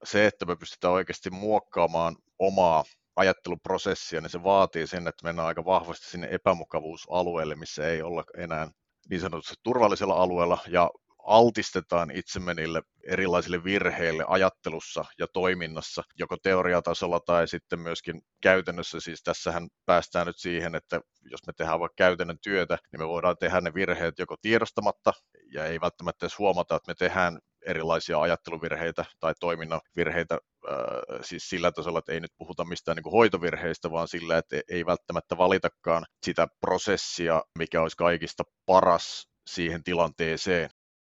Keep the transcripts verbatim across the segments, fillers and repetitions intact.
se, että me pystytään oikeasti muokkaamaan omaa ajatteluprosessia, niin se vaatii sen, että mennään aika vahvasti sinne epämukavuusalueelle, missä ei olla enää niin sanotusti turvallisella alueella, ja altistetaan itsemme niille erilaisille virheille ajattelussa ja toiminnassa, joko teoriatasolla tai sitten myöskin käytännössä. Siis tässähän päästään nyt siihen, että jos me tehdään vaikka käytännön työtä, niin me voidaan tehdä ne virheet joko tiedostamatta, ja ei välttämättä edes huomata, että me tehdään erilaisia ajatteluvirheitä tai toiminnan virheitä, äh, siis sillä tasolla, että ei nyt puhuta mistään niin kuin hoitovirheistä, vaan sillä, että ei välttämättä valitakaan sitä prosessia, mikä olisi kaikista paras siihen tilanteeseen.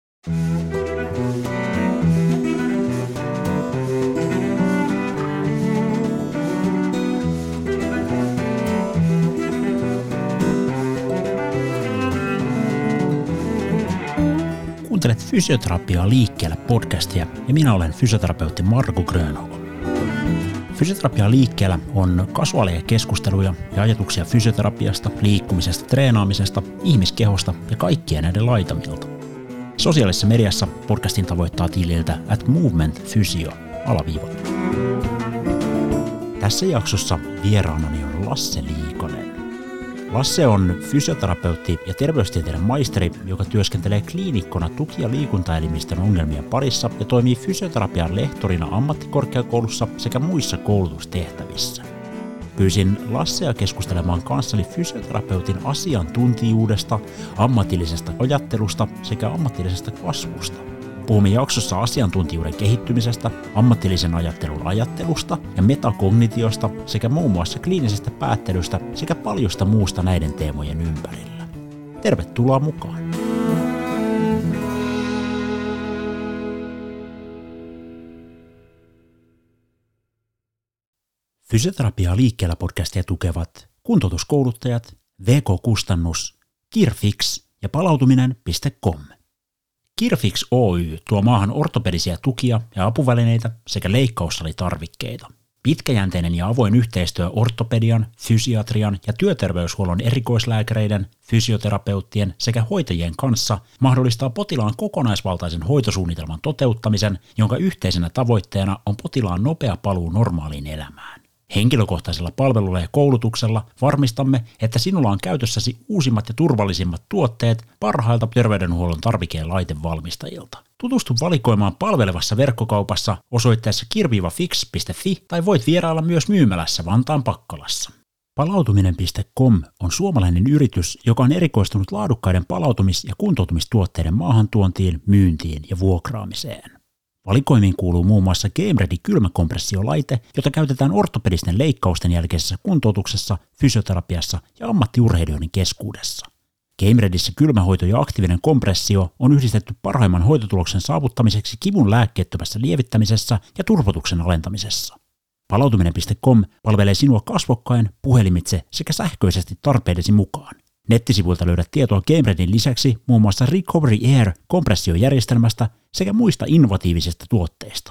Kuuntelet Fysioterapiaa liikkeellä podcastia ja minä olen fysioterapeutti Marko Grönholm. Fysioterapiaa liikkeellä on kasuaaleja keskusteluja ja ajatuksia fysioterapiasta, liikkumisesta, treenaamisesta, ihmiskehosta ja kaikkien näiden laitamilta. Sosiaalisessa mediassa podcastin tavoittaa tililtä at movement physio alaviiva. Tässä jaksossa vieraanani on Lasse Liikonen. Lasse on fysioterapeutti ja terveystieteiden maisteri, joka työskentelee kliinikkona tuki- ja liikuntaelimistön ongelmien parissa ja toimii fysioterapian lehtorina ammattikorkeakoulussa sekä muissa koulutustehtävissä. Pyysin Lassea keskustelemaan kanssani fysioterapeutin asiantuntijuudesta, ammatillisesta ajattelusta sekä ammatillisesta kasvusta. Puhumme jaksossa asiantuntijuuden kehittymisestä, ammatillisen ajattelun ajattelusta ja metakognitiosta sekä muun muassa kliinisestä päättelystä sekä paljosta muusta näiden teemojen ympärillä. Tervetuloa mukaan! Fysioterapiaa liikkeellä -podcastia tukevat kuntoutuskouluttajat, V K-kustannus, Kirfix ja palautuminen piste com. Kirfix Oy tuo maahan ortopedisia tukia ja apuvälineitä sekä leikkaussalitarvikkeita. Pitkäjänteinen ja avoin yhteistyö ortopedian, fysiatrian ja työterveyshuollon erikoislääkäreiden, fysioterapeuttien sekä hoitajien kanssa mahdollistaa potilaan kokonaisvaltaisen hoitosuunnitelman toteuttamisen, jonka yhteisenä tavoitteena on potilaan nopea paluu normaaliin elämään. Henkilökohtaisella palvelulla ja koulutuksella varmistamme, että sinulla on käytössäsi uusimmat ja turvallisimmat tuotteet parhailta terveydenhuollon tarvike- ja laitevalmistajilta. Tutustu valikoimaan palvelevassa verkkokaupassa osoitteessa kir fix piste fi tai voit vierailla myös myymälässä Vantaan Pakkalassa. Palautuminen piste com on suomalainen yritys, joka on erikoistunut laadukkaiden palautumis- ja kuntoutumistuotteiden maahantuontiin, myyntiin ja vuokraamiseen. Valikoimiin kuuluu muun muassa GameReady kylmäkompressiolaite, jota käytetään ortopedisten leikkausten jälkeisessä kuntoutuksessa, fysioterapiassa ja ammattiurheilijoiden keskuudessa. GameReadyssä kylmähoito ja aktiivinen kompressio on yhdistetty parhaimman hoitotuloksen saavuttamiseksi kivun lääkkeettömässä lievittämisessä ja turvotuksen alentamisessa. Palautuminen piste com palvelee sinua kasvokkain, puhelimitse sekä sähköisesti tarpeidesi mukaan. Nettisivuilta löydät tietoa GameReadyn lisäksi muun muassa Recovery Air-kompressiojärjestelmästä sekä muista innovatiivisista tuotteista.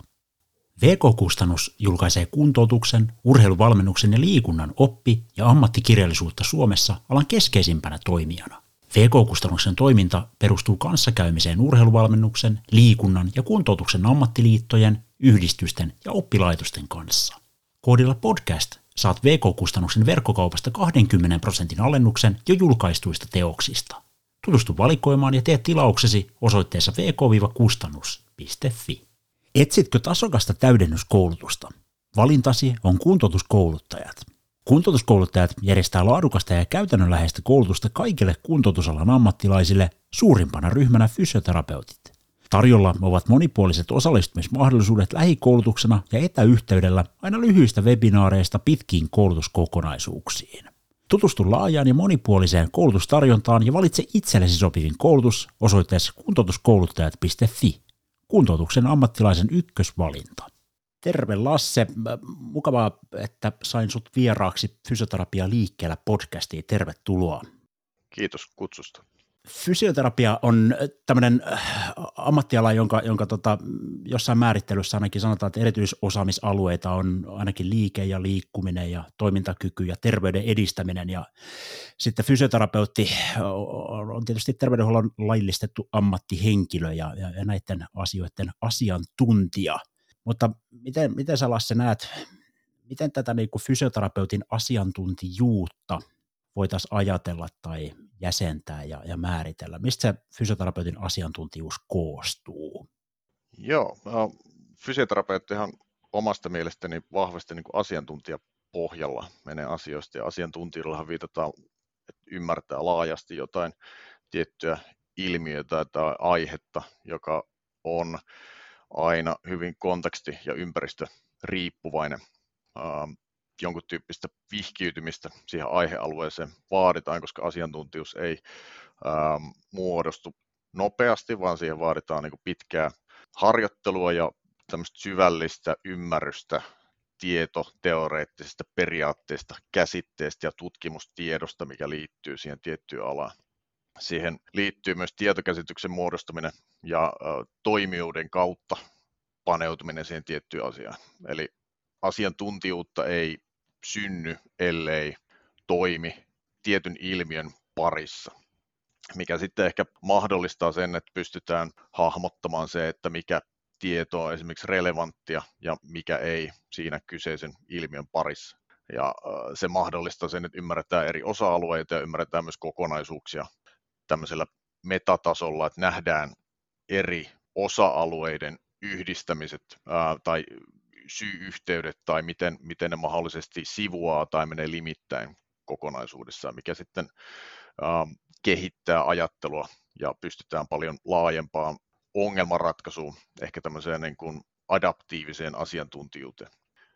V K-kustannus julkaisee kuntoutuksen, urheiluvalmennuksen ja liikunnan oppi- ja ammattikirjallisuutta Suomessa alan keskeisimpänä toimijana. V K-kustannuksen toiminta perustuu kanssakäymiseen urheiluvalmennuksen, liikunnan ja kuntoutuksen ammattiliittojen, yhdistysten ja oppilaitosten kanssa. Koodilla podcast saat V K-kustannuksen verkkokaupasta kaksikymmentä prosentin alennuksen jo julkaistuista teoksista. Tutustu valikoimaan ja tee tilauksesi osoitteessa v k kustannus piste fi. Etsitkö tasokasta täydennyskoulutusta? Valintasi on kuntoutuskouluttajat. Kuntoutuskouluttajat järjestää laadukasta ja käytännönläheistä koulutusta kaikille kuntoutusalan ammattilaisille, suurimpana ryhmänä fysioterapeutit. Tarjolla ovat monipuoliset osallistumismahdollisuudet lähikoulutuksena ja etäyhteydellä aina lyhyistä webinaareista pitkiin koulutuskokonaisuuksiin. Tutustu laajaan ja monipuoliseen koulutustarjontaan ja valitse itsellesi sopivin koulutus osoitteessa kuntoutuskouluttajat piste fi. Kuntoutuksen ammattilaisen ykkösvalinta. Terve Lasse, mukavaa, että sain sut vieraaksi Fysioterapia liikkeellä -podcastiin. Tervetuloa. Kiitos kutsusta. Fysioterapia on tämmöinen ammattiala, jonka, jonka tota, jossain määrittelyssä ainakin sanotaan, että erityisosaamisalueita on ainakin liike ja liikkuminen ja toimintakyky ja terveyden edistäminen. Ja sitten fysioterapeutti on tietysti terveydenhuollon laillistettu ammattihenkilö ja, ja, ja näiden asioiden asiantuntija. Mutta miten, miten sä Lasse näet, miten tätä niin kuin fysioterapeutin asiantuntijuutta voitaisiin ajatella tai jäsentää ja, ja määritellä? Mistä se fysioterapeutin asiantuntijuus koostuu? Joo, no, fysioterapeuttihan omasta mielestäni vahvasti niin kuin asiantuntijapohjalla menee asioista, ja asiantuntijoillahan viitataan, että ymmärtää laajasti jotain tiettyä ilmiötä tai aihetta, joka on aina hyvin konteksti- ja ympäristöriippuvainen. Ähm, jonkun tyyppistä vihkiytymistä siihen aihealueeseen vaaditaan, koska asiantuntijuus ei ähm, muodostu nopeasti, vaan siihen vaaditaan niin kuin pitkää harjoittelua ja tämmöistä syvällistä ymmärrystä tietoteoreettisista periaatteista, käsitteistä ja tutkimustiedosta, mikä liittyy siihen tiettyyn alaan. Siihen liittyy myös tietokäsityksen muodostuminen ja ö, toimijuuden kautta paneutuminen siihen tiettyyn asiaan. Eli asiantuntijuutta ei synny, ellei toimi tietyn ilmiön parissa, mikä sitten ehkä mahdollistaa sen, että pystytään hahmottamaan se, että mikä tieto on esimerkiksi relevanttia ja mikä ei siinä kyseisen ilmiön parissa. Ja se mahdollistaa sen, että ymmärretään eri osa-alueita ja ymmärretään myös kokonaisuuksia tämmöisellä metatasolla, että nähdään eri osa-alueiden yhdistämiset ää, tai syy-yhteydet tai miten, miten ne mahdollisesti sivuaa tai menee limittäin kokonaisuudessaan, mikä sitten ää, kehittää ajattelua ja pystytään paljon laajempaan ongelmanratkaisuun, ehkä tämmöiseen niin kuin adaptiiviseen asiantuntijuuteen.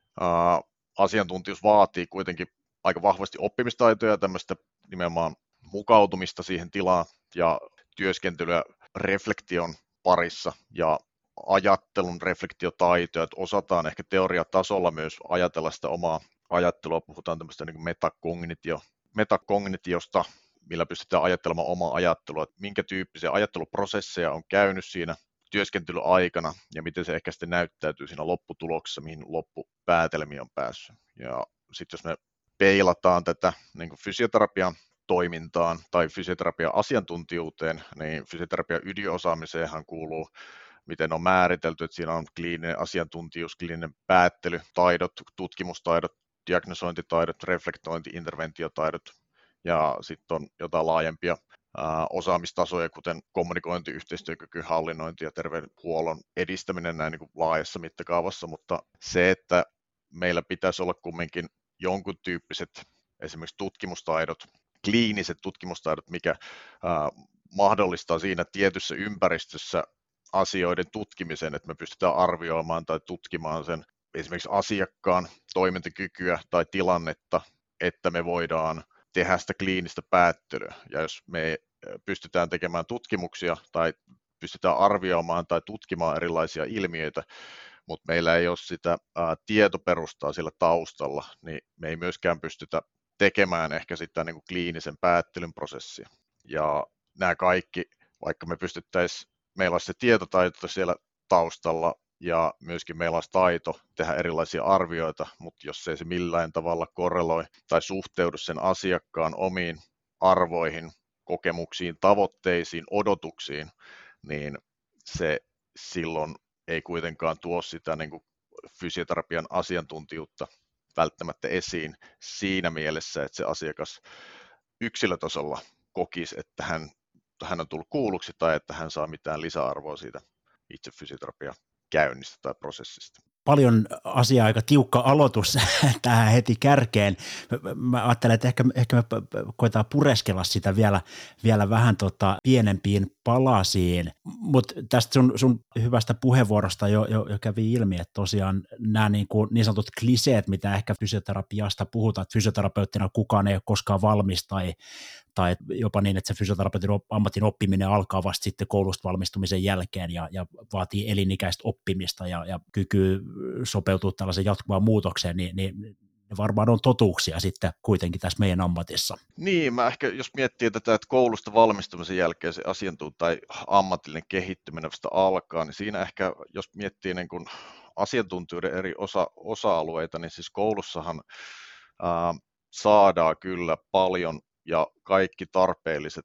Ää, asiantuntijuus vaatii kuitenkin aika vahvasti oppimistaitoja ja tämmöistä nimenomaan mukautumista siihen tilaan ja työskentelyä reflektion parissa ja ajattelun reflektiotaitoja, että osataan ehkä teoriatasolla myös ajatella sitä omaa ajattelua, puhutaan tämmöistä niin kuin metakognitio, metakognitiosta, millä pystytään ajattelemaan omaa ajattelua, että minkä tyyppisiä ajatteluprosesseja on käynyt siinä työskentelyaikana ja miten se ehkä sitten näyttäytyy siinä lopputuloksessa, mihin loppupäätelmiin on päässyt. Ja sitten jos me peilataan tätä niin kuin fysioterapian toimintaan tai fysioterapian asiantuntijuuteen, niin fysioterapian ydinosaamiseenhan kuuluu, miten on määritelty, että siinä on kliininen asiantuntijuus, kliininen päättely, taidot, tutkimustaidot, diagnosointitaidot, reflektointi, interventiotaidot ja sitten on jotain laajempia ää, osaamistasoja, kuten kommunikointi, yhteistyökyky, hallinnointi ja terveydenhuollon edistäminen näin niin kuin laajassa mittakaavassa, mutta se, että meillä pitäisi olla kumminkin jonkun tyyppiset esimerkiksi tutkimustaidot, kliiniset tutkimustaidot, mikä ää, mahdollistaa siinä tietyssä ympäristössä asioiden tutkimisen, että me pystytään arvioimaan tai tutkimaan sen esimerkiksi asiakkaan toimintakykyä tai tilannetta, että me voidaan tehdä sitä kliinistä päättelyä. Ja jos me pystytään tekemään tutkimuksia tai pystytään arvioimaan tai tutkimaan erilaisia ilmiöitä, mutta meillä ei ole sitä ää, tietoperustaa sillä taustalla, niin me ei myöskään pystytä tekemään ehkä sitä niin kuin kliinisen päättelyn prosessia. Ja nämä kaikki, vaikka me pystyttäisiin, meillä olisi se tietotaito siellä taustalla ja myöskin meillä olisi taito tehdä erilaisia arvioita, mutta jos ei se millään tavalla korreloi tai suhteudu sen asiakkaan omiin arvoihin, kokemuksiin, tavoitteisiin, odotuksiin, niin se silloin ei kuitenkaan tuo sitä niin kuin fysioterapian asiantuntijuutta välttämättä esiin siinä mielessä, että se asiakas yksilötasolla kokisi, että hän, hän on tullut kuulluksi tai että hän saa mitään lisäarvoa siitä itse fysioterapian käynnistä tai prosessista. Paljon asiaa, aika tiukka aloitus tähän heti kärkeen. Mä ajattelen, että ehkä, ehkä me koetaan pureskella sitä vielä, vielä vähän tota pienempiin palasiin, mutta tästä sun, sun hyvästä puheenvuorosta jo, jo, jo kävi ilmi, että tosiaan nämä niin, kuin niin sanotut kliseet, mitä ehkä fysioterapiasta puhutaan, että fysioterapeuttina kukaan ei ole koskaan valmis tai tai jopa niin, että se fysioterapeutin ammatin oppiminen alkaa vasta sitten koulusta valmistumisen jälkeen ja, ja vaatii elinikäistä oppimista ja, ja kyky sopeutua tällaiseen jatkuvaan muutokseen, niin, niin ne varmaan on totuuksia sitten kuitenkin tässä meidän ammatissa. Niin, mä ehkä jos miettii tätä, että koulusta valmistumisen jälkeen se asiantuntija tai ammatillinen kehittyminen vasta alkaa, niin siinä ehkä, jos miettii niin kuin asiantuntijoiden eri osa, osa-alueita, niin siis koulussahan ää, saadaan kyllä paljon ja kaikki tarpeelliset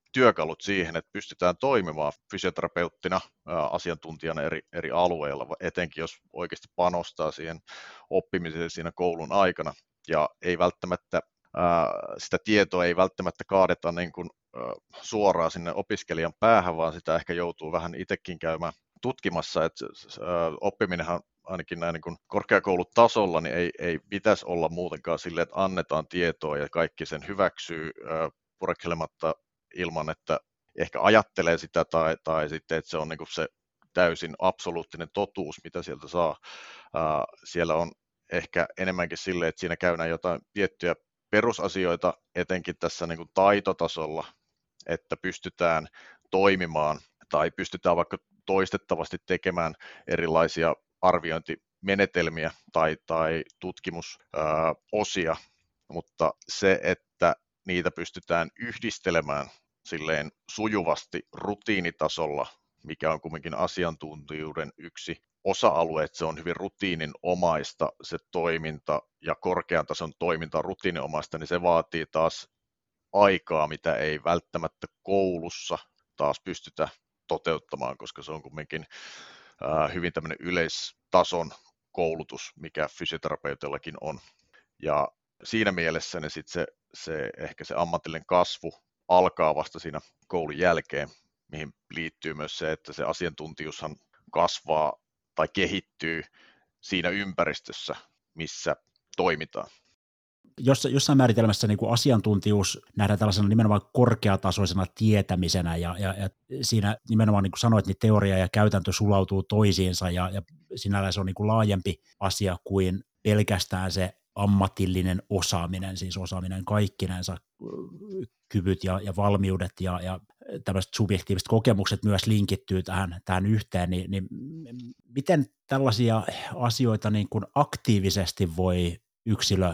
työkalut siihen, että pystytään toimimaan fysioterapeuttina, asiantuntijana eri, eri alueilla, etenkin jos oikeasti panostaa siihen oppimiseen siinä koulun aikana, ja ei välttämättä, sitä tietoa ei välttämättä kaadeta niin kuin suoraan sinne opiskelijan päähän, vaan sitä ehkä joutuu vähän itsekin käymään tutkimassa, että oppiminenhan ainakin näin niin kuin korkeakoulutasolla niin ei, ei pitäisi olla muutenkaan silleen, että annetaan tietoa ja kaikki sen hyväksyy purekkelematta ilman, että ehkä ajattelee sitä tai, tai sitten, että se on niin kuin se täysin absoluuttinen totuus, mitä sieltä saa. Siellä on ehkä enemmänkin silleen, että siinä käydään jotain tiettyjä perusasioita, etenkin tässä niin kuin taitotasolla, että pystytään toimimaan tai pystytään vaikka toistettavasti tekemään erilaisia arviointimenetelmiä tai, tai tutkimusosia, mutta se, että niitä pystytään yhdistelemään silleen sujuvasti rutiinitasolla, mikä on kuitenkin asiantuntijuuden yksi osa-alue, että se on hyvin rutiininomaista se toiminta ja korkean tason toiminta rutiininomaista, niin se vaatii taas aikaa, mitä ei välttämättä koulussa taas pystytä toteuttamaan, koska se on kuitenkin äh, hyvin tämmöinen yleistason koulutus, mikä fysioterapeutillakin on. Ja siinä mielessä niin sit se, se, ehkä se ammatillinen kasvu alkaa vasta siinä koulun jälkeen, mihin liittyy myös se, että se asiantuntijuushan kasvaa tai kehittyy siinä ympäristössä, missä toimitaan. Jossain määritelmässä niin kuin asiantuntijuus nähdään tällaisena nimenomaan korkeatasoisena tietämisenä, ja, ja, ja siinä nimenomaan niin kuin sanoit, niin teoria ja käytäntö sulautuu toisiinsa, ja, ja sinällään se on niin kuin laajempi asia kuin pelkästään se ammatillinen osaaminen, siis osaaminen kaikkinensa, kyvyt ja, ja valmiudet ja, ja tämmöiset subjektiiviset kokemukset myös linkittyy tähän, tähän yhteen, niin, niin miten tällaisia asioita niin kuin aktiivisesti voi yksilö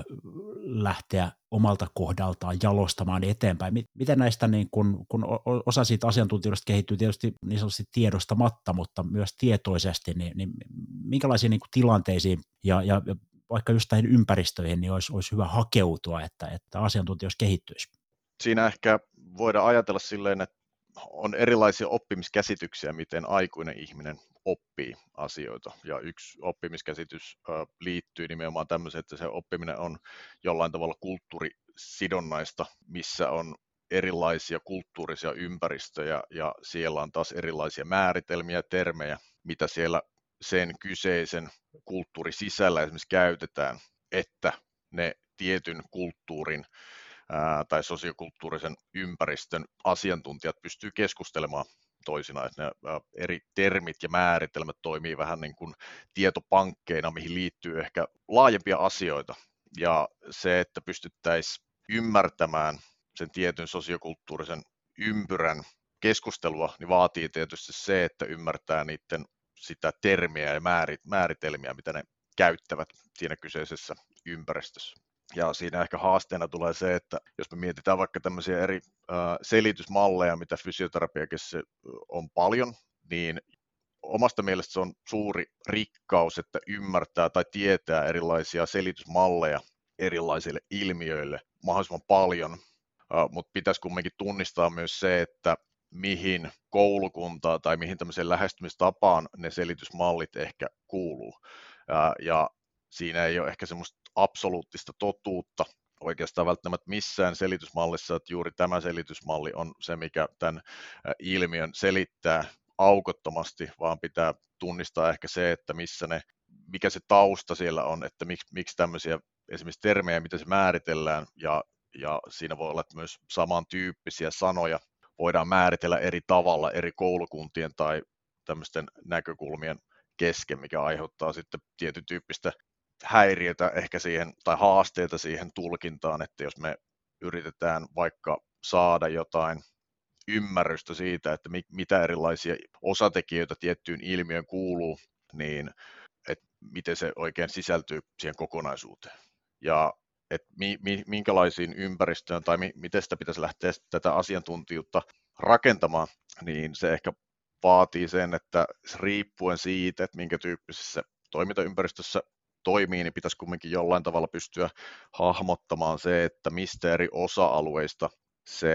lähteä omalta kohdaltaan jalostamaan eteenpäin? Miten näistä, niin kun, kun osa siitä asiantuntijuudesta kehittyy tietysti niin sanotusti tiedostamatta, mutta myös tietoisesti, niin, niin minkälaisiin niin kuin tilanteisiin ja, ja vaikka just näihin ympäristöihin niin olisi, olisi hyvä hakeutua, että, että asiantuntijuus kehittyisi? Siinä ehkä voidaan ajatella silleen, että on erilaisia oppimiskäsityksiä, miten aikuinen ihminen oppii asioita. Ja yksi oppimiskäsitys liittyy nimenomaan tämmöiseen, että se oppiminen on jollain tavalla kulttuurisidonnaista, missä on erilaisia kulttuurisia ympäristöjä ja siellä on taas erilaisia määritelmiä ja termejä, mitä siellä sen kyseisen kulttuurin sisällä esimerkiksi käytetään, että ne tietyn kulttuurin ää, tai sosiokulttuurisen ympäristön asiantuntijat pystyy keskustelemaan toisinaan, että ne ää, eri termit ja määritelmät toimii vähän niin kuin tietopankkeina, mihin liittyy ehkä laajempia asioita, ja se, että pystyttäisiin ymmärtämään sen tietyn sosiokulttuurisen ympyrän keskustelua, niin vaatii tietysti se, että ymmärtää niiden sitä termiä ja määritelmiä, mitä ne käyttävät siinä kyseisessä ympäristössä. Ja siinä ehkä haasteena tulee se, että jos me mietitään vaikka tämmöisiä eri äh, selitysmalleja, mitä fysioterapiakissa on paljon, niin omasta mielestä se on suuri rikkaus, että ymmärtää tai tietää erilaisia selitysmalleja erilaisille ilmiöille mahdollisimman paljon, äh, mutta pitäisi kumminkin tunnistaa myös se, että mihin koulukuntaan tai mihin tämmöiseen lähestymistapaan ne selitysmallit ehkä kuuluu. Äh, ja siinä ei ole ehkä semmoista absoluuttista totuutta oikeastaan välttämättä missään selitysmallissa, että juuri tämä selitysmalli on se, mikä tämän ilmiön selittää aukottomasti, vaan pitää tunnistaa ehkä se, että missä ne, mikä se tausta siellä on, että miksi, miksi tämmöisiä esimerkiksi termejä, miten se määritellään, ja, ja siinä voi olla myös samantyyppisiä sanoja, voidaan määritellä eri tavalla eri koulukuntien tai tämmöisten näkökulmien kesken, mikä aiheuttaa sitten tietyn tyyppistä häiriötä ehkä siihen tai haasteita siihen tulkintaan, että jos me yritetään vaikka saada jotain ymmärrystä siitä, että mitä erilaisia osatekijöitä tiettyyn ilmiöön kuuluu, niin että miten se oikein sisältyy siihen kokonaisuuteen. Ja että minkälaisiin ympäristöön tai miten sitä pitäisi lähteä tätä asiantuntijuutta rakentamaan, niin se ehkä vaatii sen, että riippuen siitä, että minkä tyyppisessä toimintaympäristössä toimii, niin pitäisi kumminkin jollain tavalla pystyä hahmottamaan se, että mistä eri osa-alueista se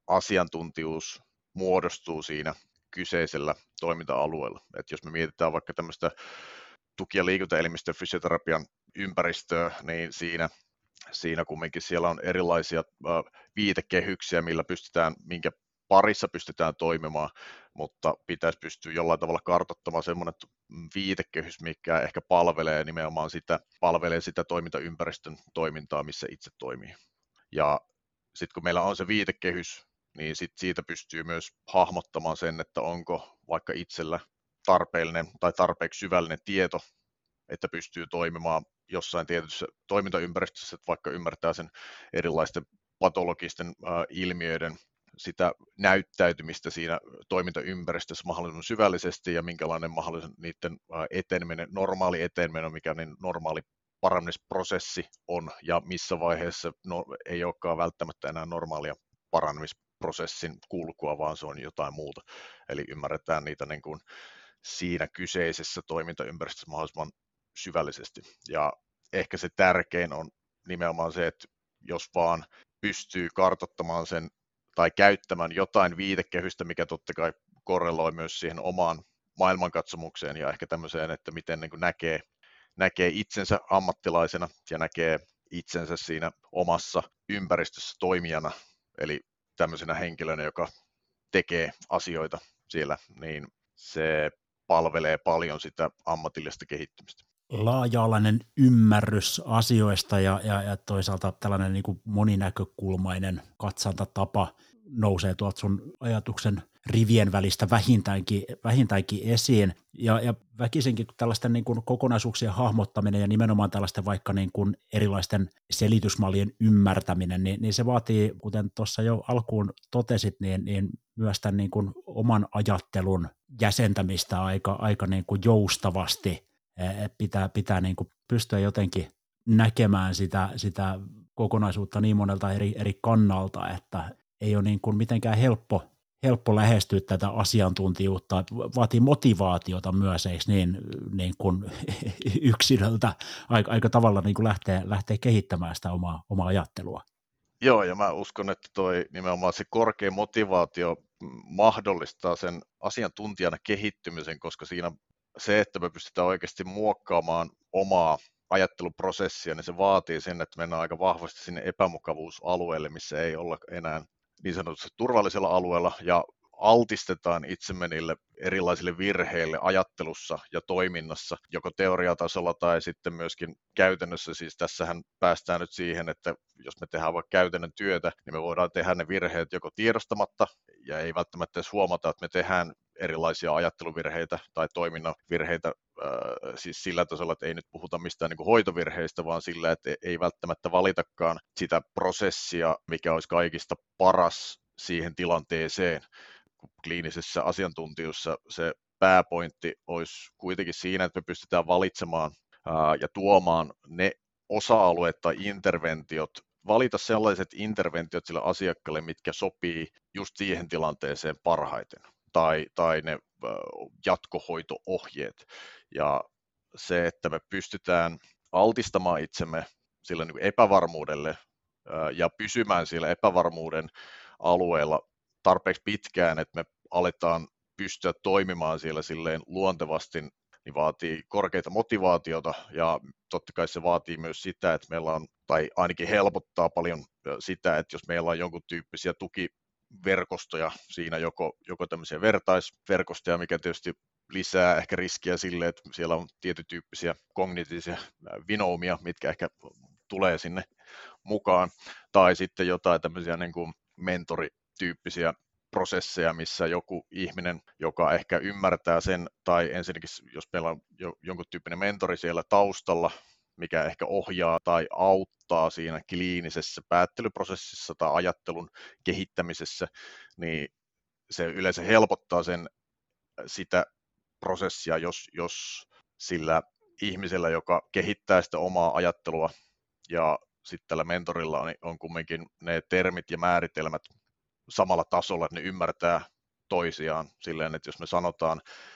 asiantuntijuus muodostuu siinä kyseisellä toiminta-alueella. Et jos me mietitään vaikka tämmöistä tuki- ja liikuntaelimistön fysioterapian ympäristöä, niin siinä, siinä kumminkin siellä on erilaisia viitekehyksiä, millä pystytään, minkä parissa pystytään toimimaan, mutta pitäisi pystyä jollain tavalla kartoittamaan semmoinen viitekehys, mikä ehkä palvelee nimenomaan sitä, palvelee sitä toimintaympäristön toimintaa, missä itse toimii. Ja sitten kun meillä on se viitekehys, niin sit siitä pystyy myös hahmottamaan sen, että onko vaikka itsellä tarpeellinen tai tarpeeksi syvällinen tieto, että pystyy toimimaan jossain tietyssä toimintaympäristössä, että vaikka ymmärtää sen erilaisten patologisten äh, ilmiöiden sitä näyttäytymistä siinä toimintaympäristössä mahdollisimman syvällisesti ja minkälainen mahdollisen niiden eteneminen, normaali eteneminen, mikä niin normaali parannemisprosessi on ja missä vaiheessa no, ei olekaan välttämättä enää normaalia parannemisprosessin kulkua, vaan se on jotain muuta. Eli ymmärretään niitä niin kuin siinä kyseisessä toimintaympäristössä mahdollisimman syvällisesti. Ja ehkä se tärkein on nimenomaan se, että jos vaan pystyy kartoittamaan sen tai käyttämään jotain viitekehystä, mikä totta kai korreloi myös siihen omaan maailmankatsomukseen ja ehkä tämmöiseen, että miten niin kuin näkee, näkee itsensä ammattilaisena ja näkee itsensä siinä omassa ympäristössä toimijana, eli tämmöisenä henkilönä, joka tekee asioita siellä, niin se palvelee paljon sitä ammatillista kehittymistä. Laaja-alainen ymmärrys asioista ja, ja, ja toisaalta tällainen niin kuin moninäkökulmainen katsantatapa nousee tuolta sun ajatuksen rivien välistä vähintäänkin, vähintäänkin esiin. Ja, ja väkisinkin tällaisten niin kuin kokonaisuuksien hahmottaminen ja nimenomaan tällaisten vaikka niin kuin erilaisten selitysmallien ymmärtäminen, niin, niin se vaatii, kuten tuossa jo alkuun totesit, niin, niin myös tämän niin kuin oman ajattelun jäsentämistä aika, aika niin kuin joustavasti. Pitää, pitää niin kuin pystyä jotenkin näkemään sitä, sitä kokonaisuutta niin monelta eri, eri kannalta, että ei ole niin kuin mitenkään helppo, helppo lähestyä tätä asiantuntijuutta. Vaatii motivaatiota myös, eikö niin, niin kuin yksilöltä aika, aika tavalla niin kuin lähtee, lähtee kehittämään sitä omaa, omaa ajattelua. Joo, ja mä uskon, että toi nimenomaan se korkea motivaatio mahdollistaa sen asiantuntijana kehittymisen, koska siinä se, että me pystytään oikeasti muokkaamaan omaa ajatteluprosessia, niin se vaatii sen, että mennään aika vahvasti sinne epämukavuusalueelle, missä ei olla enää niin sanotusti turvallisella alueella, ja altistetaan itsemme niille erilaisille virheille ajattelussa ja toiminnassa, joko teoriatasolla tai sitten myöskin käytännössä. Siis tässähän päästään nyt siihen, että jos me tehdään vaikka käytännön työtä, niin me voidaan tehdä ne virheet joko tiedostamatta ja ei välttämättä edes huomata, että me tehdään erilaisia ajatteluvirheitä tai toiminnan virheitä, äh, siis sillä tasolla, että ei nyt puhuta mistään niin kuin hoitovirheistä, vaan sillä, että ei välttämättä valitakaan sitä prosessia, mikä olisi kaikista paras siihen tilanteeseen. Kliinisessä asiantuntijuudessa se pääpointti olisi kuitenkin siinä, että me pystytään valitsemaan ää, ja tuomaan ne osa-alueet tai interventiot, valita sellaiset interventiot sille asiakkaalle, mitkä sopii just siihen tilanteeseen parhaiten, tai, tai ne ää, jatkohoito-ohjeet. Ja se, että me pystytään altistamaan itsemme sille niin kuin epävarmuudelle ää, ja pysymään siellä epävarmuuden alueella tarpeeksi pitkään, että me aletaan pystyä toimimaan siellä silleen luontevasti, niin vaatii korkeita motivaatiota ja totta kai se vaatii myös sitä, että meillä on, tai ainakin helpottaa paljon sitä, että jos meillä on jonkun tyyppisiä tukiverkostoja, siinä joko, joko tämmöisiä vertaisverkostoja, mikä tietysti lisää ehkä riskiä sille, että siellä on tietytyyppisiä kognitiivisia vinoumia, mitkä ehkä tulee sinne mukaan, tai sitten jotain tämmöisiä niin kuin mentorityyppisiä prosesseja, missä joku ihminen, joka ehkä ymmärtää sen, tai ensinnäkin jos meillä on jo, jonkun tyyppinen mentori siellä taustalla, mikä ehkä ohjaa tai auttaa siinä kliinisessä päättelyprosessissa tai ajattelun kehittämisessä, niin se yleensä helpottaa sen sitä prosessia, jos, jos sillä ihmisellä, joka kehittää sitä omaa ajattelua ja sitten tällä mentorilla on, on kumminkin ne termit ja määritelmät samalla tasolla, että ne ymmärtää toisiaan silleen, että jos me sanotaan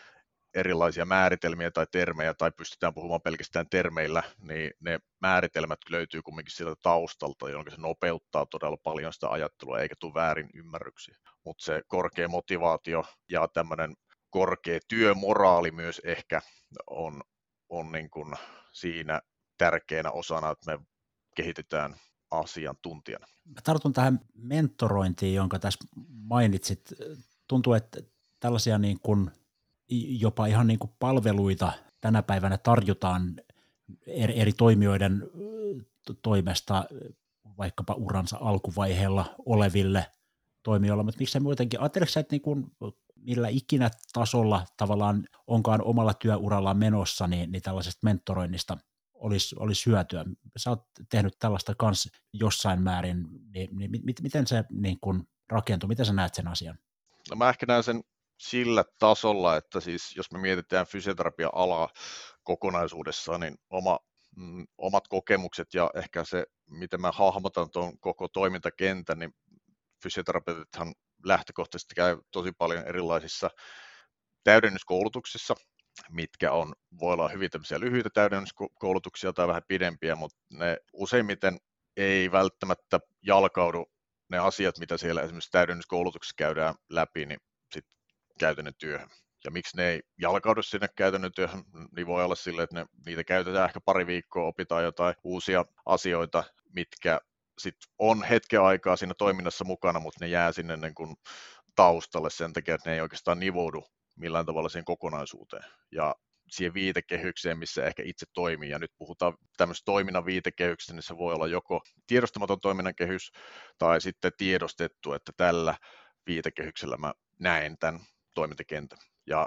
erilaisia määritelmiä tai termejä, tai pystytään puhumaan pelkästään termeillä, niin ne määritelmät löytyy kumminkin sieltä taustalta, jolloin se nopeuttaa todella paljon sitä ajattelua, eikä tule väärin ymmärryksiä. Mutta se korkea motivaatio ja tämmöinen korkea työmoraali myös ehkä on, on niin kuin siinä tärkeänä osana, että me kehitetään asiantuntijana. Mä tartun tähän mentorointiin, jonka tässä mainitsit. Tuntuu, että tällaisia niin kuin jopa ihan niin kuin palveluita tänä päivänä tarjotaan eri, eri toimijoiden toimesta vaikkapa uransa alkuvaiheella oleville toimijoille, mutta miksei muutenkin, ajatteleksä, että niin kuin millä ikinä tasolla tavallaan onkaan omalla työurallaan menossa, niin, niin tällaisesta mentoroinnista olisi, olisi hyötyä. Sä oot tehnyt tällaista kanssa jossain määrin, niin, niin mit, miten se niin kuin rakentuu, miten sä näet sen asian? No mä ehkä näen sen sillä tasolla, että siis jos me mietitään fysioterapia-alaa kokonaisuudessaan, niin oma, mm, omat kokemukset ja ehkä se, miten mä hahmotan tuon koko toimintakentän, niin fysioterapeutithan lähtökohtaisesti käy tosi paljon erilaisissa täydennyskoulutuksissa, mitkä on, voi olla hyvin tämmöisiä lyhyitä täydennyskoulutuksia tai vähän pidempiä, mutta ne useimmiten ei välttämättä jalkaudu ne asiat, mitä siellä esimerkiksi täydennyskoulutuksessa käydään läpi, niin sitten käytännön työhön. Ja miksi ne ei jalkaudu sinne käytännön työhön, niin voi olla silleen, että ne, niitä käytetään ehkä pari viikkoa, opitaan jotain uusia asioita, mitkä sitten on hetken aikaa siinä toiminnassa mukana, mutta ne jää sinne niin kuin taustalle sen takia, että ne ei oikeastaan nivoudu millään tavalla siihen kokonaisuuteen ja siihen viitekehykseen, missä ehkä itse toimii. Ja nyt puhutaan tämmöistä toiminnan viitekehyksestä, niin se voi olla joko tiedostamaton toiminnan kehys tai sitten tiedostettu, että tällä viitekehyksellä mä näen tämän toimintakentän. Ja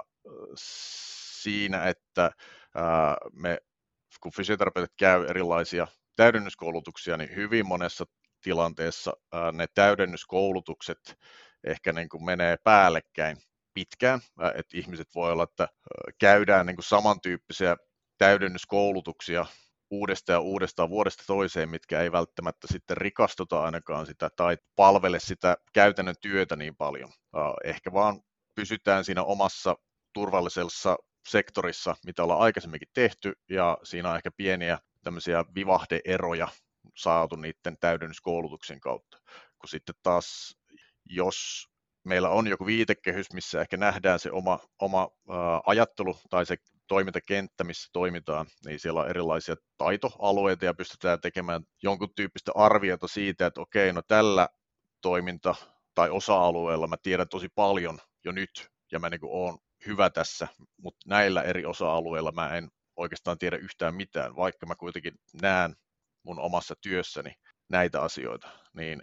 siinä, että ää, me, kun fysioterapeutit käy erilaisia täydennyskoulutuksia, niin hyvin monessa tilanteessa ää, ne täydennyskoulutukset ehkä niin kuin menee päällekkäin pitkään, että ihmiset voi olla, että käydään niin kuin samantyyppisiä täydennyskoulutuksia uudestaan ja uudestaan vuodesta toiseen, mitkä ei välttämättä sitten rikastuta ainakaan sitä tai palvele sitä käytännön työtä niin paljon. Ehkä vaan pysytään siinä omassa turvallisessa sektorissa, mitä ollaan aikaisemminkin tehty, ja siinä on ehkä pieniä tämmöisiä vivahde-eroja saatu niiden täydennyskoulutuksen kautta, kun sitten taas jos meillä on joku viitekehys, missä ehkä nähdään se oma, oma ää, ajattelu tai se toimintakenttä, missä toimitaan, niin siellä on erilaisia taitoalueita ja pystytään tekemään jonkun tyyppistä arviota siitä, että okei, no tällä toiminta- tai osa-alueella mä tiedän tosi paljon jo nyt ja mä niin kuin oon hyvä tässä, mutta näillä eri osa-alueilla mä en oikeastaan tiedä yhtään mitään, vaikka mä kuitenkin näen mun omassa työssäni näitä asioita, niin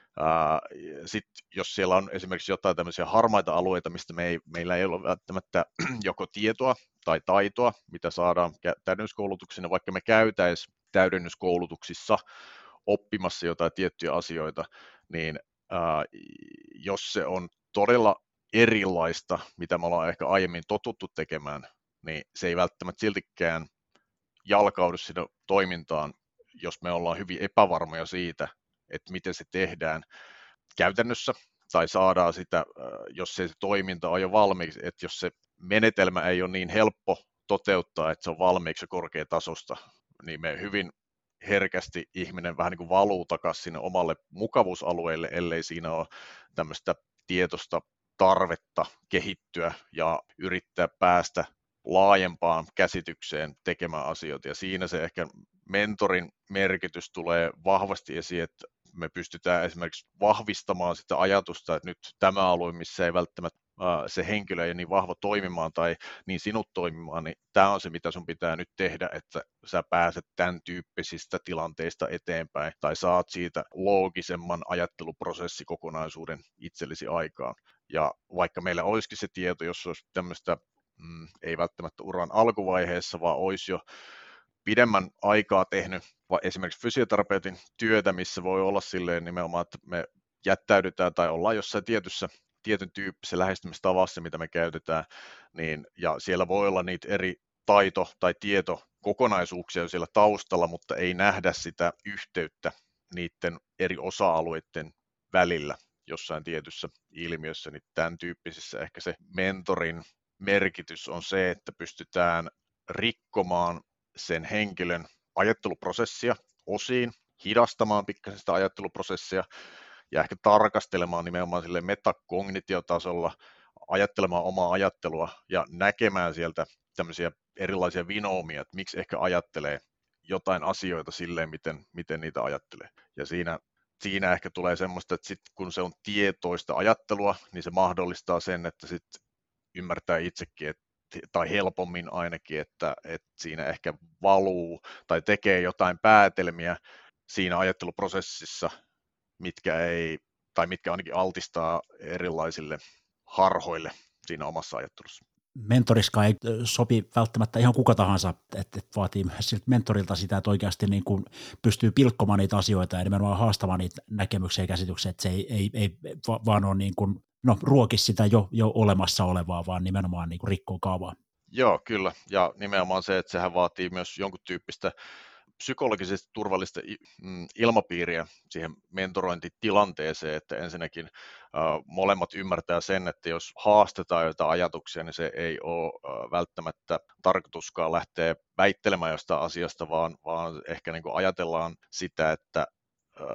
sitten jos siellä on esimerkiksi jotain tämmöisiä harmaita alueita, mistä me ei, meillä ei ole välttämättä joko tietoa tai taitoa, mitä saadaan täydennyskoulutuksina, vaikka me käytäisiin täydennyskoulutuksissa oppimassa jotain tiettyjä asioita, niin ää, jos se on todella erilaista, mitä me ollaan ehkä aiemmin totuttu tekemään, niin se ei välttämättä siltikään jalkaudu sinne toimintaan, jos me ollaan hyvin epävarmoja siitä, että miten se tehdään käytännössä, tai saadaan sitä, jos se toiminta on jo valmiiksi, että jos se menetelmä ei ole niin helppo toteuttaa, että se on valmiiksi korkeatasosta, niin me hyvin herkästi ihminen vähän niin kuin valuu takaisin sinne omalle mukavuusalueelle, ellei siinä ole tämmöistä tietoista tarvetta kehittyä ja yrittää päästä laajempaan käsitykseen tekemään asioita. Ja siinä se ehkä mentorin merkitys tulee vahvasti esiin, että me pystytään esimerkiksi vahvistamaan sitä ajatusta, että nyt tämä alue, missä ei välttämättä se henkilö ei ole niin vahva toimimaan tai niin sinut toimimaan, niin tämä on se, mitä sun pitää nyt tehdä, että sä pääset tämän tyyppisistä tilanteista eteenpäin tai saat siitä loogisemman ajatteluprosessikokonaisuuden itsellesi aikaan. Ja vaikka meillä olisikin se tieto, jos olisi tämmöistä, mm, ei välttämättä uran alkuvaiheessa, vaan olisi jo pidemmän aikaa tehnyt esimerkiksi fysioterapeutin työtä, missä voi olla silleen nimenomaan, että me jättäydytään tai ollaan jossain tietyssä tietyn tyyppisessä lähestymistavassa, mitä me käytetään, niin, ja siellä voi olla niitä eri taito- tai tietokokonaisuuksia siellä taustalla, mutta ei nähdä sitä yhteyttä niiden eri osa-alueiden välillä jossain tietyssä ilmiössä, niin tämän tyyppisissä ehkä se mentorin merkitys on se, että pystytään rikkomaan sen henkilön ajatteluprosessia osiin, hidastamaan pikkasen sitä ajatteluprosessia ja ehkä tarkastelemaan nimenomaan sille metakognitiotasolla, ajattelemaan omaa ajattelua ja näkemään sieltä tämmöisiä erilaisia vinoomia, että miksi ehkä ajattelee jotain asioita silleen, miten, miten niitä ajattelee. Ja siinä, siinä ehkä tulee semmoista, että sit kun se on tietoista ajattelua, niin se mahdollistaa sen, että sit ymmärtää itsekin, että, tai helpommin ainakin, että, että siinä ehkä valuu tai tekee jotain päätelmiä siinä ajatteluprosessissa, mitkä ei, tai mitkä ainakin altistaa erilaisille harhoille siinä omassa ajattelussa. Mentoriskaan ei sopi välttämättä ihan kuka tahansa, että vaatii siltä mentorilta sitä, että oikeasti niin kuin pystyy pilkkomaan niitä asioita ja nimenomaan haastamaan niitä näkemyksiä ja käsityksiä, että se ei, ei, ei vaan ole niin kuin, no, ruoki sitä jo, jo olemassa olevaa, vaan nimenomaan niin kuin rikkoo kaavaa. Joo, kyllä, ja nimenomaan se, että sehän vaatii myös jonkun tyyppistä psykologisesti turvallista ilmapiiriä siihen mentorointitilanteeseen, että ensinnäkin äh, molemmat ymmärtää sen, että jos haastetaan jotain ajatuksia, niin se ei ole äh, välttämättä tarkoituskaan lähteä väittelemään jostain asiasta, vaan, vaan ehkä niin kuin ajatellaan sitä, että äh,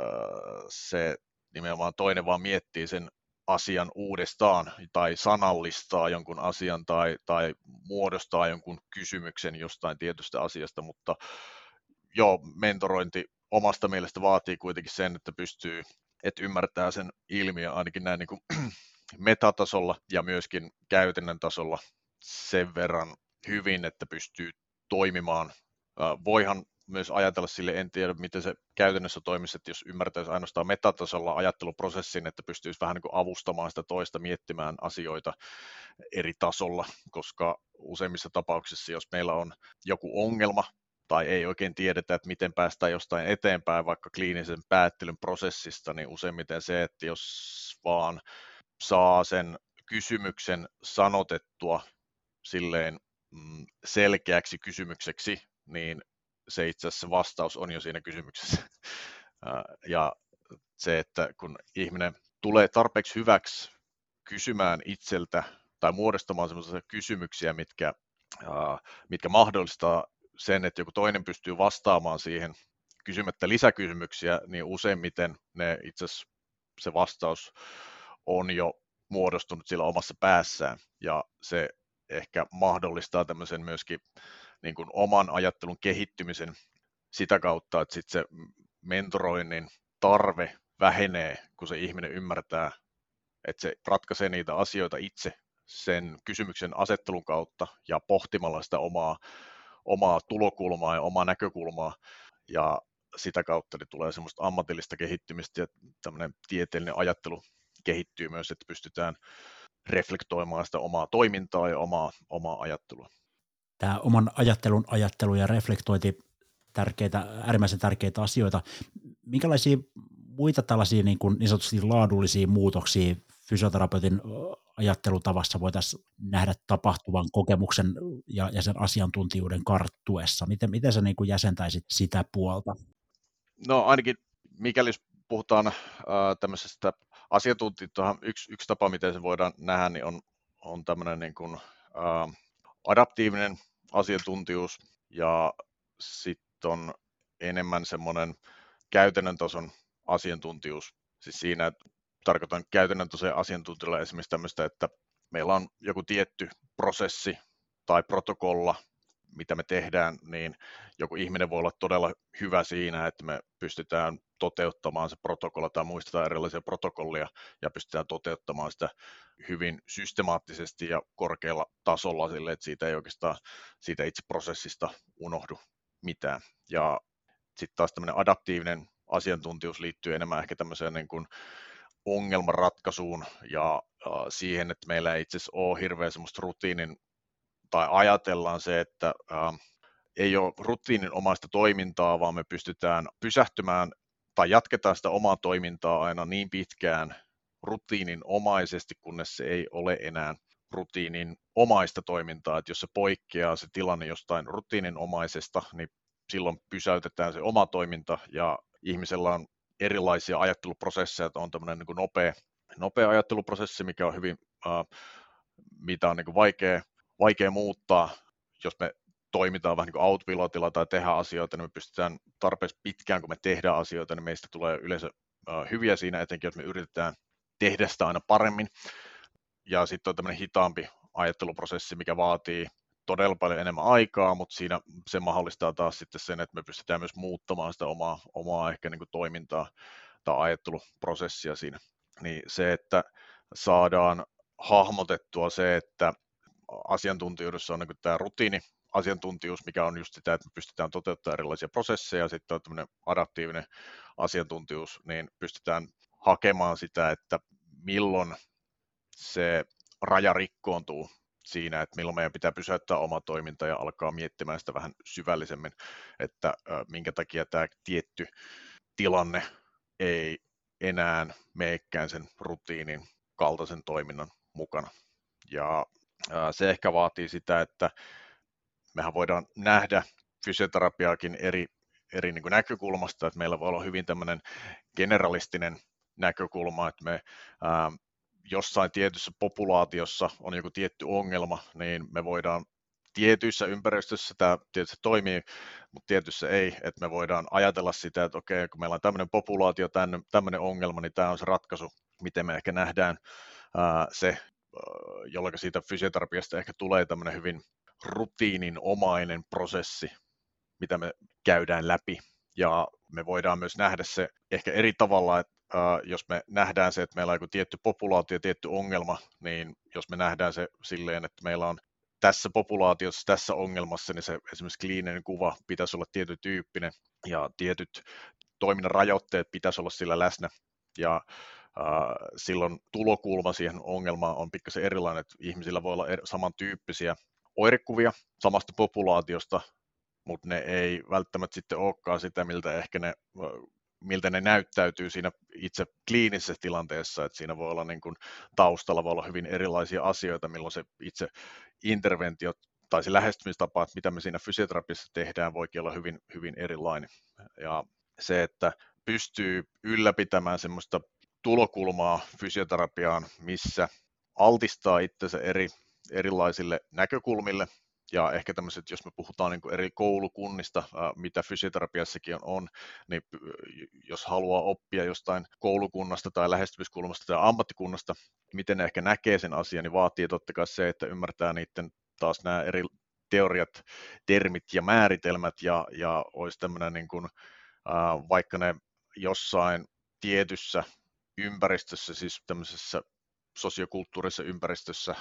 se nimenomaan toinen vaan miettii sen asian uudestaan tai sanallistaa jonkun asian tai, tai muodostaa jonkun kysymyksen jostain tietystä asiasta, mutta joo, mentorointi omasta mielestä vaatii kuitenkin sen, että pystyy, että ymmärtää sen ilmiön ainakin näin niin kuin metatasolla ja myöskin käytännön tasolla sen verran hyvin, että pystyy toimimaan. Voihan myös ajatella sille, en tiedä miten se käytännössä toimisi, että jos ymmärtäisi ainoastaan metatasolla ajatteluprosessin, että pystyisi vähän niin kuin avustamaan sitä toista miettimään asioita eri tasolla, koska useimmissa tapauksissa, jos meillä on joku ongelma, tai ei oikein tiedetä, että miten päästään jostain eteenpäin vaikka kliinisen päättelyn prosessista, niin useimmiten se, että jos vaan saa sen kysymyksen sanotettua silleen selkeäksi kysymykseksi, niin se itse asiassa vastaus on jo siinä kysymyksessä. Ja se, että kun ihminen tulee tarpeeksi hyväksi kysymään itseltä tai muodostamaan sellaisia kysymyksiä, mitkä, mitkä mahdollistaa sen, että joku toinen pystyy vastaamaan siihen kysymättä lisäkysymyksiä, niin useimmiten ne itse asiassa se vastaus on jo muodostunut sillä omassa päässään, ja se ehkä mahdollistaa tämmöisen myöskin niin kuin oman ajattelun kehittymisen sitä kautta, että sitten se mentoroinnin tarve vähenee, kun se ihminen ymmärtää, että se ratkaisee niitä asioita itse sen kysymyksen asettelun kautta ja pohtimalla sitä omaa omaa tulokulmaa ja omaa näkökulmaa, ja sitä kautta niin tulee semmoista ammatillista kehittymistä ja tämmöinen tieteellinen ajattelu kehittyy myös, että pystytään reflektoimaan sitä omaa toimintaa ja omaa, omaa ajattelua. Tämä oman ajattelun ajattelu ja reflektointi, tärkeitä, äärimmäisen tärkeitä asioita. Minkälaisia muita tällaisia niin, kuin niin sanotusti laadullisia muutoksia fysioterapeutin ajattelutavassa voitaisiin nähdä tapahtuvan kokemuksen ja, ja sen asiantuntijuuden karttuessa? Miten, miten sä niin kuin jäsentäisit sitä puolta? No ainakin mikäli puhutaan äh, tämmöisestä asiantuntijuudesta, yksi, yksi tapa, miten se voidaan nähdä, niin on, on tämmöinen niin kuin, äh, adaptiivinen asiantuntijuus, ja sitten on enemmän semmoinen käytännön tason asiantuntijuus. Siis siinä, että tarkoitan käytännön tason asiantuntijalla esimerkiksi tämmöistä, että meillä on joku tietty prosessi tai protokolla, mitä me tehdään, niin joku ihminen voi olla todella hyvä siinä, että me pystytään toteuttamaan se protokolla tai muistetaan erilaisia protokollia ja pystytään toteuttamaan sitä hyvin systemaattisesti ja korkealla tasolla sille, että siitä ei oikeastaan siitä itse prosessista unohdu mitään. Ja sitten taas tämmöinen adaptiivinen asiantuntijuus liittyy enemmän ehkä tämmöiseen niin kuin ongelmanratkaisuun ja siihen, että meillä ei itse asiassa ole hirveän semmoista rutiinin tai ajatellaan se, että ää, ei ole rutiininomaista toimintaa, vaan me pystytään pysähtymään tai jatketaan sitä omaa toimintaa aina niin pitkään rutiininomaisesti, kunnes se ei ole enää rutiininomaista toimintaa. Että jos se poikkeaa se tilanne jostain rutiininomaisesta, niin silloin pysäytetään se oma toiminta, ja ihmisellä on erilaisia ajatteluprosesseja, että on tämmöinen niin kuin nopea, nopea ajatteluprosessi, mikä on hyvin äh, mitä on niin kuin vaikea, vaikea muuttaa, jos me toimitaan vähän niin kuin autopilotilla tai tehdään asioita, niin me pystytään tarpeeksi pitkään, kun me tehdään asioita, niin meistä tulee yleensä hyviä siinä, etenkin jos me yritetään tehdä sitä aina paremmin. Ja sitten on tämmöinen hitaampi ajatteluprosessi, mikä vaatii todella paljon enemmän aikaa, mutta siinä se mahdollistaa taas sitten sen, että me pystytään myös muuttamaan sitä omaa, omaa ehkä niin kuin toimintaa tai ajatteluprosessia siinä. Niin se, että saadaan hahmotettua se, että asiantuntijuudessa on niin kuin tämä rutiini, asiantuntijuus, mikä on just sitä, että me pystytään toteuttamaan erilaisia prosesseja, ja sitten on tämmöinen adaptiivinen asiantuntijuus, niin pystytään hakemaan sitä, että milloin se raja rikkoontuu siinä, että milloin meidän pitää pysäyttää oma toiminta ja alkaa miettimään sitä vähän syvällisemmin, että minkä takia tämä tietty tilanne ei enää meekään sen rutiinin kaltaisen toiminnan mukana. Ja se ehkä vaatii sitä, että mehän voidaan nähdä fysioterapiaakin eri, eri niin kuin näkökulmasta, että meillä voi olla hyvin tämmöinen generalistinen näkökulma, että me ää, jossain tietyssä populaatiossa on joku tietty ongelma, niin me voidaan tietyissä ympäristöissä tämä tietysti toimii, mutta tietyissä ei, että me voidaan ajatella sitä, että okei, kun meillä on tämmöinen populaatio, tämmöinen ongelma, niin tämä on se ratkaisu, miten me ehkä nähdään ää, se, jolloin siitä fysioterapiasta ehkä tulee tämmöinen hyvin rutiininomainen prosessi, mitä me käydään läpi, ja me voidaan myös nähdä se ehkä eri tavalla, että Uh, jos me nähdään se, että meillä on joku tietty populaatio, tietty ongelma, niin jos me nähdään se silleen, että meillä on tässä populaatiossa, tässä ongelmassa, niin se esimerkiksi kliininen kuva pitäisi olla tietyn tyyppinen ja tietyt toiminnan rajoitteet pitäisi olla sillä läsnä. Ja uh, silloin tulokulma siihen ongelmaan on pikkasen erilainen, että ihmisillä voi olla er- samantyyppisiä oirekuvia samasta populaatiosta, mutta ne ei välttämättä sitten olekaan sitä, miltä ehkä ne miltä ne näyttäytyy siinä itse kliinisessä tilanteessa, että siinä voi olla niin kuin, taustalla voi olla hyvin erilaisia asioita, milloin se itse interventio tai se lähestymistapa, että mitä me siinä fysioterapiassa tehdään, voikin olla hyvin, hyvin erilainen. Ja se, että pystyy ylläpitämään semmoista tulokulmaa fysioterapiaan, missä altistaa itsensä eri, erilaisille näkökulmille, ja ehkä tämmöiset, jos me puhutaan niin kuin eri koulukunnista, mitä fysioterapiassakin on, on, niin jos haluaa oppia jostain koulukunnasta tai lähestymiskulmasta tai ammattikunnasta, miten ne ehkä näkee sen asian, niin vaatii totta kai se, että ymmärtää niiden taas nämä eri teoriat, termit ja määritelmät, ja, ja olisi tämmöinen, niin kuin, vaikka ne jossain tietyssä ympäristössä, siis tämmöisessä sosiokulttuurisessa ympäristössä,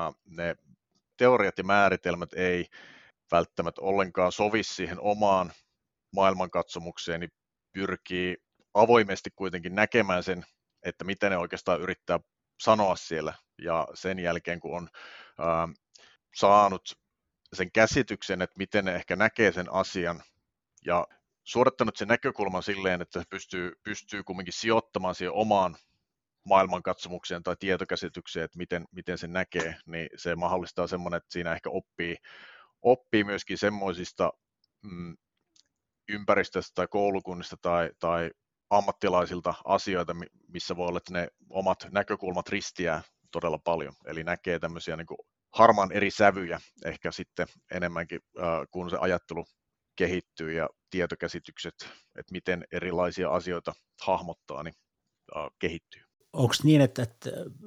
ne teoriat ja määritelmät ei välttämättä ollenkaan sovi siihen omaan maailmankatsomukseen, niin pyrkii avoimesti kuitenkin näkemään sen, että mitä ne oikeastaan yrittää sanoa siellä. Ja sen jälkeen, kun on ää, saanut sen käsityksen, että miten ne ehkä näkee sen asian, ja suorittanut sen näkökulman silleen, että se pystyy, pystyy kumminkin sijoittamaan siihen omaan maailmankatsomukseen tai tietokäsitykseen, että miten, miten se näkee, niin se mahdollistaa semmoinen, että siinä ehkä oppii, oppii myöskin semmoisista mm, ympäristöstä tai koulukunnista tai, tai ammattilaisilta asioita, missä voi olla, että ne omat näkökulmat ristiää todella paljon, eli näkee tämmöisiä niin kuin harmaan eri sävyjä ehkä sitten enemmänkin, äh, kun se ajattelu kehittyy ja tietokäsitykset, että miten erilaisia asioita hahmottaa, niin äh, kehittyy. Onko niin, että, että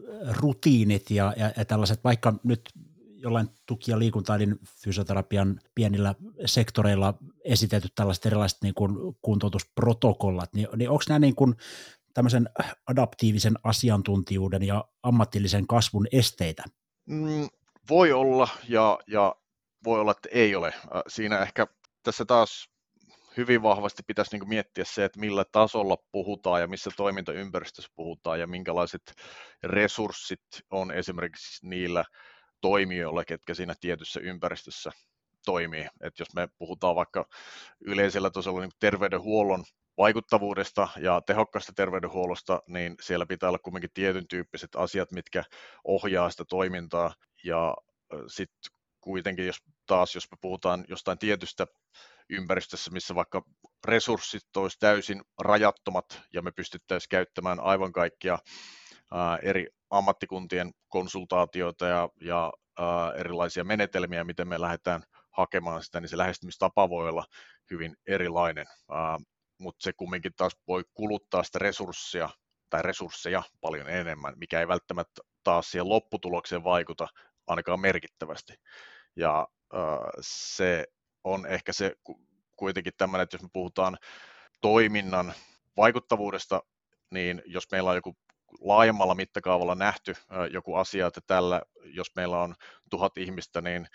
rutiinit ja, ja, ja tällaiset, vaikka nyt jollain tuki- ja liikuntailin fysioterapian pienillä sektoreilla esitetyt tällaiset erilaiset niin kuin kuntoutusprotokollat, niin, niin onko nämä niin kuin tämmöisen adaptiivisen asiantuntijuuden ja ammatillisen kasvun esteitä? Mm, voi olla ja, ja voi olla, että ei ole. Siinä ehkä tässä taas hyvin vahvasti pitäisi niin kuin miettiä se, että millä tasolla puhutaan ja missä toimintaympäristössä puhutaan ja minkälaiset resurssit on esimerkiksi niillä toimijoilla, ketkä siinä tietyssä ympäristössä toimii. Et jos me puhutaan vaikka yleisellä tasolla niin terveydenhuollon vaikuttavuudesta ja tehokkaasta terveydenhuollosta, niin siellä pitää olla kuitenkin tietyn tyyppiset asiat, mitkä ohjaa sitä toimintaa. Ja sitten kuitenkin, jos taas jos me puhutaan jostain tietystä ympäristössä, missä vaikka resurssit olisi täysin rajattomat ja me pystyttäisiin käyttämään aivan kaikkia ää, eri ammattikuntien konsultaatioita ja, ja ää, erilaisia menetelmiä, miten me lähdetään hakemaan sitä, niin se lähestymistapa voi olla hyvin erilainen, ää, mutta se kumminkin taas voi kuluttaa sitä resurssia tai resursseja paljon enemmän, mikä ei välttämättä taas siihen lopputulokseen vaikuta ainakaan merkittävästi. Ja ää, se on ehkä se kuitenkin tämmöinen, että jos me puhutaan toiminnan vaikuttavuudesta, niin jos meillä on joku laajemmalla mittakaavalla nähty joku asia, että tällä, jos meillä on tuhat ihmistä, niin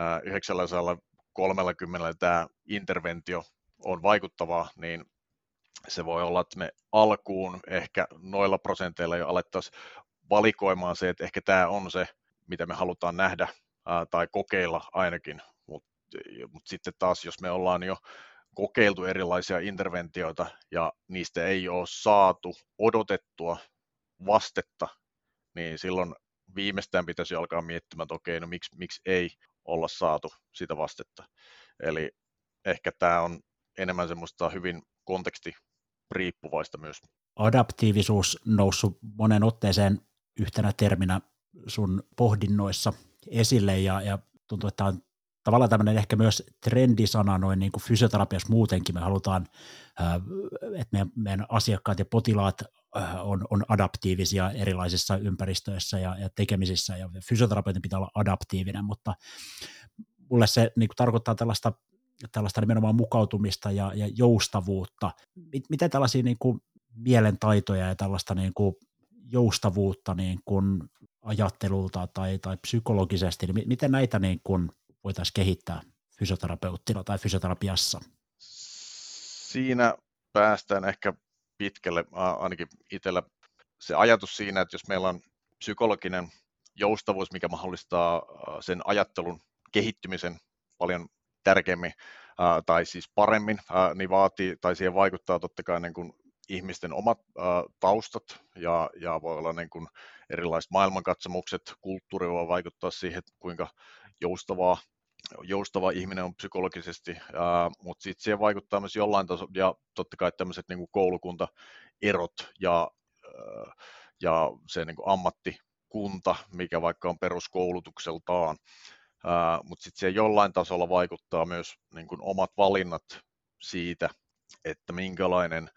yhdeksänsataa tämä interventio on vaikuttavaa, niin se voi olla, että me alkuun ehkä noilla prosenteilla jo alettaisiin valikoimaan se, että ehkä tämä on se, mitä me halutaan nähdä tai kokeilla ainakin, mutta mut sitten taas, jos me ollaan jo kokeiltu erilaisia interventioita ja niistä ei ole saatu odotettua vastetta, niin silloin viimeistään pitäisi alkaa miettimään, että okei, no miksi, miksi ei olla saatu sitä vastetta. Eli ehkä tämä on enemmän semmoista hyvin kontekstiriippuvaista myös. Adaptiivisuus noussut monen otteeseen yhtenä terminä sun pohdinnoissa esille, ja, ja tuntuu, että tämä on tavallaan tämmöinen ehkä myös trendisana noin niin kuin fysioterapiassa muutenkin. Me halutaan, että meidän, meidän asiakkaat ja potilaat on, on adaptiivisia erilaisissa ympäristöissä ja, ja tekemisissä, ja fysioterapeutin pitää olla adaptiivinen, mutta mulle se niin kuin tarkoittaa tällaista, tällaista nimenomaan mukautumista ja, ja joustavuutta. Miten tällaisia niin kuin mielentaitoja ja tällaista niin kuin joustavuutta niin kuin ajattelulta tai, tai psykologisesti, niin miten näitä niin kuin voitaisiin kehittää fysioterapeuttina tai fysioterapiassa? Siinä päästään ehkä pitkälle, ainakin itsellä se ajatus siinä, että jos meillä on psykologinen joustavuus, mikä mahdollistaa sen ajattelun kehittymisen paljon tärkeämmin tai siis paremmin, niin vaatii, tai siihen vaikuttaa totta kai niin kuin ihmisten omat taustat ja, ja voi olla niin kuin erilaiset maailmankatsomukset, kulttuuri voi vaikuttaa siihen, kuinka joustavaa joustava ihminen on psykologisesti, mutta sitten siihen vaikuttaa myös jollain tasolla, ja totta kai tämmöiset niin kuin koulukuntaerot ja, ää, ja se niin kuin ammattikunta, mikä vaikka on peruskoulutukseltaan, mutta sitten siihen jollain tasolla vaikuttaa myös niin kuin omat valinnat siitä, että minkälainen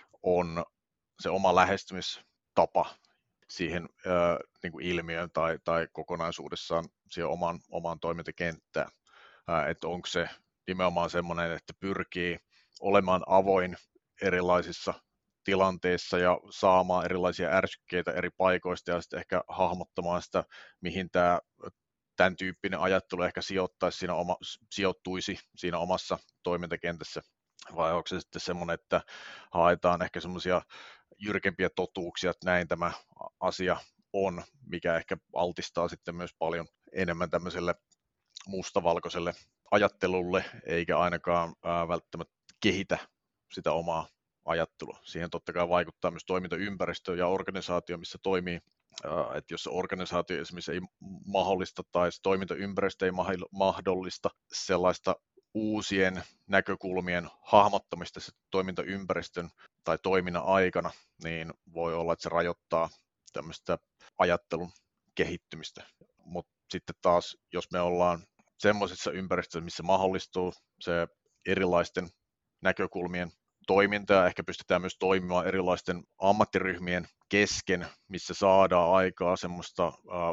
on se oma lähestymistapa siihen ää, niin kuin ilmiöön tai, tai kokonaisuudessaan siihen oman, omaan toimintakenttään. Ää, että onko se nimenomaan semmoinen, että pyrkii olemaan avoin erilaisissa tilanteissa ja saamaan erilaisia ärsykkeitä eri paikoista ja sitten ehkä hahmottamaan sitä, mihin tämä tämän tyyppinen ajattelu ehkä sijoittaisi siinä oma, sijoittuisi siinä omassa toimintakentässä, vai onko se sitten semmoinen, että haetaan ehkä semmoisia jyrkempiä totuuksia, että näin tämä asia on, mikä ehkä altistaa sitten myös paljon enemmän tämmöiselle mustavalkoiselle ajattelulle, eikä ainakaan ää, välttämättä kehitä sitä omaa ajattelua. Siihen totta kai vaikuttaa myös toimintaympäristö ja organisaatio, missä toimii. Että jos se organisaatio esimerkiksi ei mahdollista tai se toimintaympäristö ei mahdollista sellaista uusien näkökulmien hahmottamista se toimintaympäristön tai toiminnan aikana, niin voi olla, että se rajoittaa tämmöistä ajattelun kehittymistä. Mutta sitten taas, jos me ollaan semmoisessa ympäristössä, missä mahdollistuu se erilaisten näkökulmien toiminta ja ehkä pystytään myös toimimaan erilaisten ammattiryhmien kesken, missä saadaan aikaa semmoista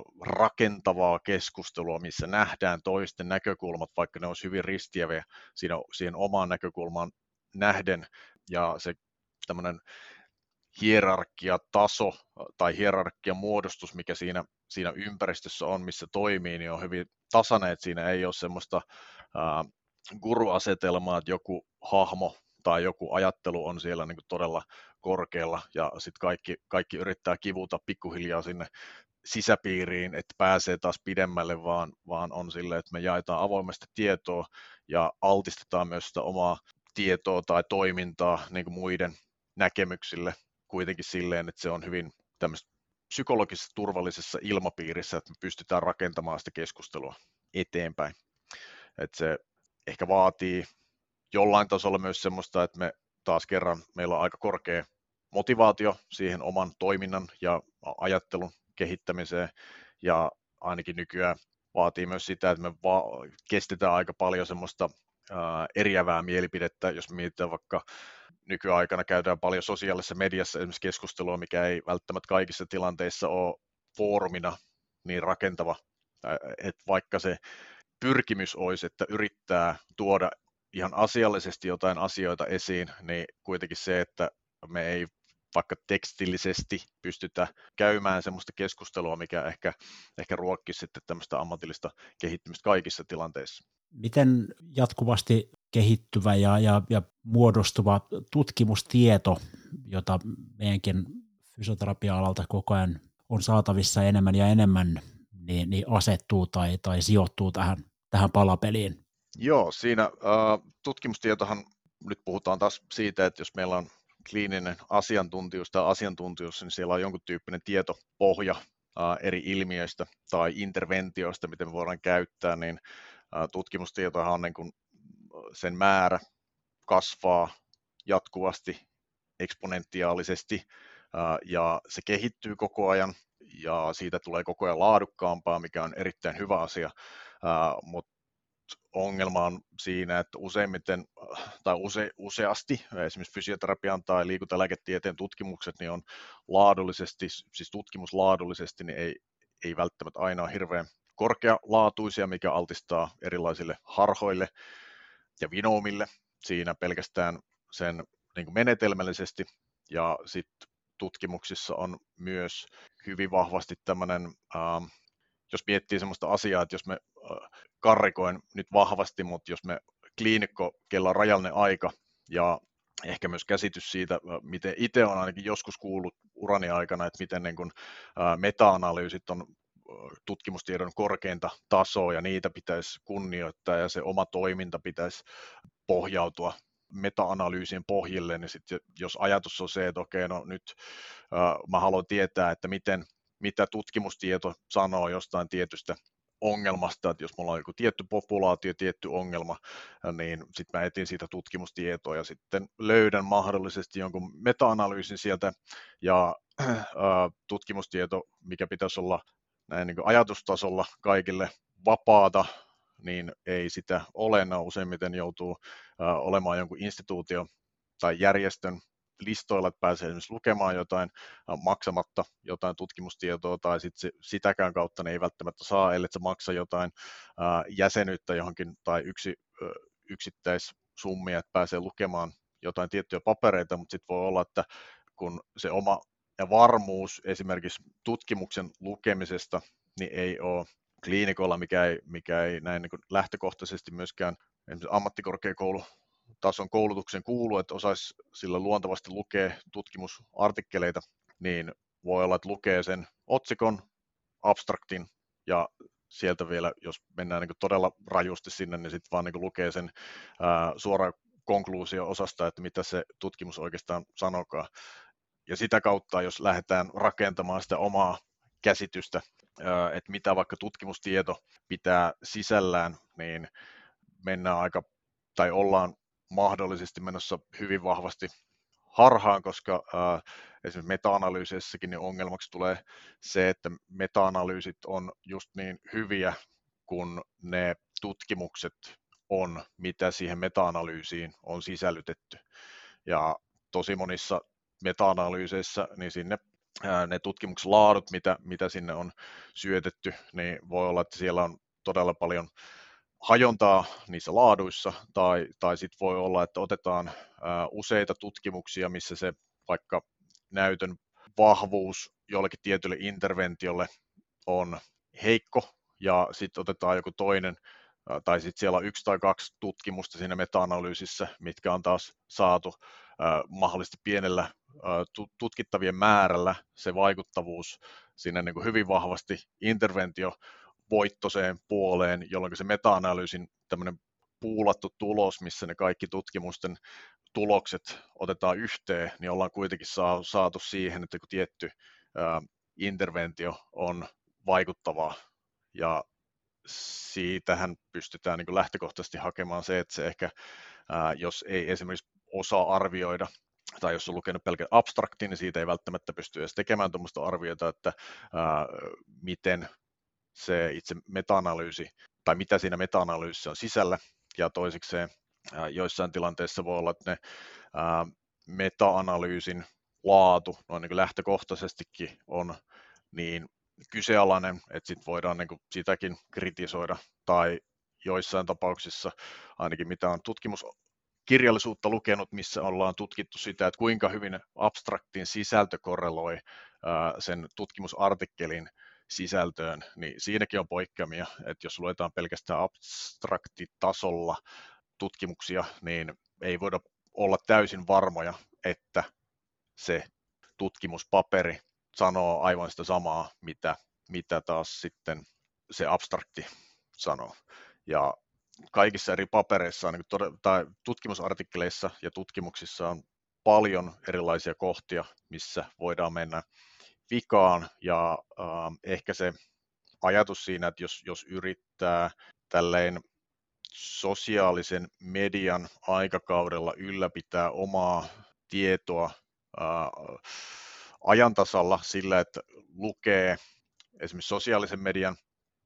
rakentavaa keskustelua, missä nähdään toisten näkökulmat, vaikka ne olisi hyvin ristiäviä siinä, siihen omaan näkökulmaan nähden, ja se tämmöinen hierarkiataso tai hierarkiamuodostus, mikä siinä, siinä ympäristössä on, missä toimii, niin on hyvin tasainen, että siinä ei ole semmoista ää, guruasetelmaa, että joku hahmo tai joku ajattelu on siellä niin kuin todella korkealla, ja sitten kaikki, kaikki yrittää kivuta pikkuhiljaa sinne sisäpiiriin, että pääsee taas pidemmälle, vaan, vaan on silleen, että me jaetaan avoimesti tietoa ja altistetaan myös sitä omaa tietoa tai toimintaa niin kuin muiden näkemyksille kuitenkin silleen, että se on hyvin tämmöistä psykologisessa turvallisessa ilmapiirissä, että me pystytään rakentamaan sitä keskustelua eteenpäin. Että se ehkä vaatii jollain tasolla myös semmoista, että me taas kerran meillä on aika korkea motivaatio siihen oman toiminnan ja ajattelun kehittämiseen, ja ainakin nykyään vaatii myös sitä, että me va- kestetään aika paljon semmoista ää, eriävää mielipidettä, jos mietitään vaikka nykyaikana käydään paljon sosiaalisessa mediassa esimerkiksi keskustelua, mikä ei välttämättä kaikissa tilanteissa ole foorumina niin rakentava, että vaikka se pyrkimys olisi, että yrittää tuoda ihan asiallisesti jotain asioita esiin, niin kuitenkin se, että me ei vaikka tekstillisesti pystytä käymään semmoista keskustelua, mikä ehkä, ehkä ruokkisi sitten tämmöistä ammatillista kehittymistä kaikissa tilanteissa. Miten jatkuvasti kehittyvä ja, ja, ja muodostuva tutkimustieto, jota meidänkin fysioterapia-alalta koko ajan on saatavissa enemmän ja enemmän, niin, niin asettuu tai, tai sijoittuu tähän, tähän palapeliin? Joo, siinä äh, tutkimustietohan, nyt puhutaan taas siitä, että jos meillä on kliininen asiantuntijuus tai asiantuntijuus, niin siellä on jonkun tyyppinen tietopohja äh, eri ilmiöistä tai interventioista, miten me voidaan käyttää, niin äh, tutkimustietohan on niin kuin sen määrä kasvaa jatkuvasti eksponentiaalisesti äh, ja se kehittyy koko ajan ja siitä tulee koko ajan laadukkaampaa, mikä on erittäin hyvä asia, äh, mutta ongelma on siinä, että useimmiten tai use, useasti esimerkiksi fysioterapian tai liikuntalääketieteen tutkimukset niin on laadullisesti, siis tutkimuslaadullisesti, niin ei, ei välttämättä aina ole hirveän korkealaatuisia, mikä altistaa erilaisille harhoille ja vinoumille siinä pelkästään sen niin kuin menetelmällisesti, ja sitten tutkimuksissa on myös hyvin vahvasti tämmöinen, ähm, jos miettii sellaista asiaa, että jos me äh, karrikoin nyt vahvasti, mutta jos me kliinikko, kella on rajallinen aika ja ehkä myös käsitys siitä, miten itse olen ainakin joskus kuullut urani aikana, että miten niin kuin, äh, meta-analyysit on tutkimustiedon korkeinta tasoa ja niitä pitäisi kunnioittaa ja se oma toiminta pitäisi pohjautua meta-analyysien pohjille, niin sitten jos ajatus on se, että okei, no nyt äh, mä haluan tietää, että miten, mitä tutkimustieto sanoo jostain tietystä ongelmasta, että jos mulla on joku tietty populaatio, tietty ongelma, niin sitten mä etin siitä tutkimustietoa ja sitten löydän mahdollisesti jonkun meta-analyysin sieltä ja äh, tutkimustieto, mikä pitäisi olla näin niin kuin ajatustasolla kaikille vapaata, niin ei sitä ole. Ne useimmiten joutuu äh, olemaan jonkun instituutio tai järjestön listoilla, että pääsee esimerkiksi lukemaan jotain äh, maksamatta jotain tutkimustietoa, tai sitten sitäkään kautta ne ei välttämättä saa, ellei se maksa jotain äh, jäsenyyttä johonkin tai yksi, äh, yksittäissummia, että pääsee lukemaan jotain tiettyjä papereita, mutta sitten voi olla, että kun se oma ja varmuus esimerkiksi tutkimuksen lukemisesta niin ei ole kliinikolla, mikä ei, mikä ei näin niin kuin lähtökohtaisesti myöskään ammattikorkeakoulutason koulutuksen kuulu, että osaisi sillä luontevasti lukea tutkimusartikkeleita, niin voi olla, että lukee sen otsikon, abstraktin ja sieltä vielä, jos mennään niin kuin todella rajusti sinne, niin sitten vaan niin kuin lukee sen ää, suoraan konkluusio-osasta, että mitä se tutkimus oikeastaan sanokaa. Ja sitä kautta, jos lähdetään rakentamaan sitä omaa käsitystä, että mitä vaikka tutkimustieto pitää sisällään, niin mennään aika, tai ollaan mahdollisesti menossa hyvin vahvasti harhaan, koska ää, esimerkiksi meta-analyyseissäkin niin ongelmaksi tulee se, että meta-analyysit on just niin hyviä, kun ne tutkimukset on, mitä siihen meta-analyysiin on sisällytetty. Ja tosi monissa meta-analyyseissä, niin sinne ää, ne tutkimuslaadut, mitä, mitä sinne on syötetty, niin voi olla, että siellä on todella paljon hajontaa niissä laaduissa, tai, tai sitten voi olla, että otetaan ää, useita tutkimuksia, missä se vaikka näytön vahvuus jollekin tietylle interventiolle on heikko, ja sitten otetaan joku toinen, ää, tai sitten siellä on yksi tai kaksi tutkimusta siinä meta-analyysissä, mitkä on taas saatu ää, mahdollisesti pienellä ää, tutkittavien määrällä se vaikuttavuus siinä niin kuin hyvin vahvasti interventio voittoiseen puoleen, jolloin se meta-analyysin tämmöinen puulattu tulos, missä ne kaikki tutkimusten tulokset otetaan yhteen, niin ollaan kuitenkin saatu siihen, että kun tietty ää, interventio on vaikuttavaa, ja siitähän pystytään niin kuin lähtökohtaisesti hakemaan se, että se ehkä, ää, jos ei esimerkiksi osaa arvioida tai jos on lukenut pelkän abstraktin, niin siitä ei välttämättä pysty edes tekemään tuommoista arviota, että ää, miten se itse meta-analyysi, tai mitä siinä meta-analyysissä on sisällä, ja toisekseen ää, joissain tilanteissa voi olla, että ne ää, meta-analyysin laatu noin niin kuin lähtökohtaisestikin on niin kyseenalainen, että sit voidaan niin kuin sitäkin kritisoida, tai joissain tapauksissa, ainakin mitä on tutkimuskirjallisuutta lukenut, missä ollaan tutkittu sitä, että kuinka hyvin abstraktin sisältö korreloi ää, sen tutkimusartikkelin sisältöön, niin siinäkin on poikkeamia, että jos luetaan pelkästään abstraktitasolla tutkimuksia, niin ei voida olla täysin varmoja, että se tutkimuspaperi sanoo aivan sitä samaa, mitä, mitä taas sitten se abstrakti sanoo. Ja kaikissa eri papereissa niin tod- tai tutkimusartikkeleissa ja tutkimuksissa on paljon erilaisia kohtia, missä voidaan mennä vikaan, ja äh, ehkä se ajatus siinä, että jos, jos yrittää tälleen sosiaalisen median aikakaudella ylläpitää omaa tietoa ää, ajantasalla sillä, että lukee esimerkiksi sosiaalisen median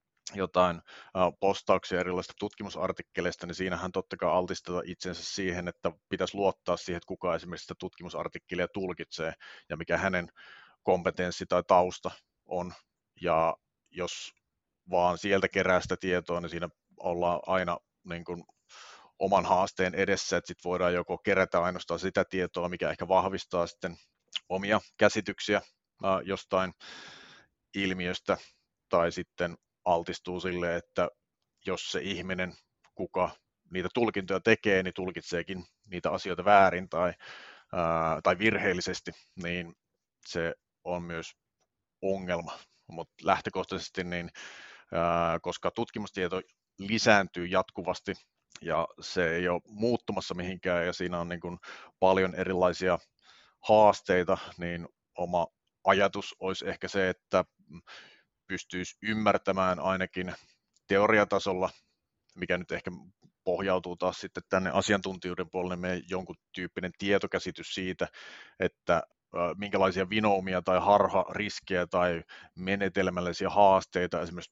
jotain ää, postauksia erilaisista tutkimusartikkeleista, niin siinähän totta kai altistaa itsensä siihen, että pitäisi luottaa siihen, että kuka esimerkiksi sitä tutkimusartikkelia tulkitsee ja mikä hänen kompetenssi tai tausta on. Ja jos vaan sieltä kerää sitä tietoa, niin siinä ollaan aina niin kuin oman haasteen edessä, että sitten voidaan joko kerätä ainoastaan sitä tietoa, mikä ehkä vahvistaa sitten omia käsityksiä ää, jostain ilmiöstä, tai sitten altistuu sille, että jos se ihminen, kuka niitä tulkintoja tekee, niin tulkitseekin niitä asioita väärin tai, ää, tai virheellisesti, niin se on myös ongelma. Mutta lähtökohtaisesti, niin, ää, koska tutkimustieto lisääntyy jatkuvasti ja se ei ole muuttumassa mihinkään ja siinä on niin kuin paljon erilaisia haasteita, niin oma ajatus olisi ehkä se, että pystyisi ymmärtämään ainakin teoriatasolla, mikä nyt ehkä pohjautuu taas sitten tänne asiantuntijuuden puolelle, meidän jonkun tyyppinen tietokäsitys siitä, että minkälaisia vinoumia tai harhariskejä tai menetelmällisiä haasteita esimerkiksi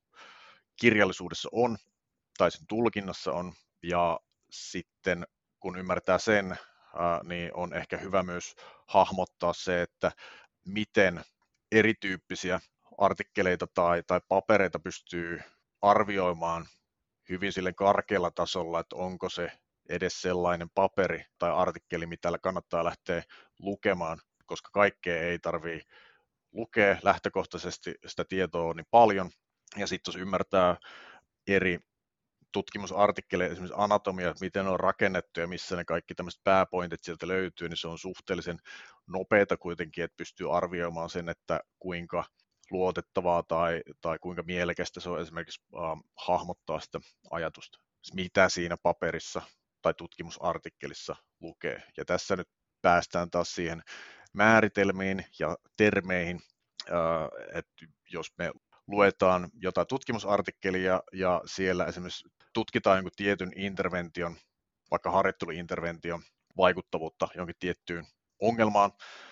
tutkimuskirjallisuudessa on tai sen tulkinnassa on, ja sitten kun ymmärtää sen, niin on ehkä hyvä myös hahmottaa se, että miten erityyppisiä artikkeleita tai, tai papereita pystyy arvioimaan hyvin sille karkealla tasolla, että onko se edes sellainen paperi tai artikkeli, mitä kannattaa lähteä lukemaan, koska kaikkea ei tarvitse lukea lähtökohtaisesti, sitä tietoa on niin paljon, ja sitten jos ymmärtää eri tutkimusartikkeleja, esimerkiksi anatomia, miten ne on rakennettu ja missä ne kaikki tämmöiset pääpointit sieltä löytyy, niin se on suhteellisen nopeata kuitenkin, että pystyy arvioimaan sen, että kuinka luotettavaa tai, tai kuinka mielekästä se on esimerkiksi äh, hahmottaa sitä ajatusta, mitä siinä paperissa tai tutkimusartikkelissa lukee. Ja tässä nyt päästään taas siihen määritelmiin ja termeihin, äh, että jos me luetaan jotain tutkimusartikkelia ja siellä esimerkiksi tutkitaan jonkun tietyn intervention, vaikka harjoitteluintervention vaikuttavuutta jonkin tiettyyn ongelmaan,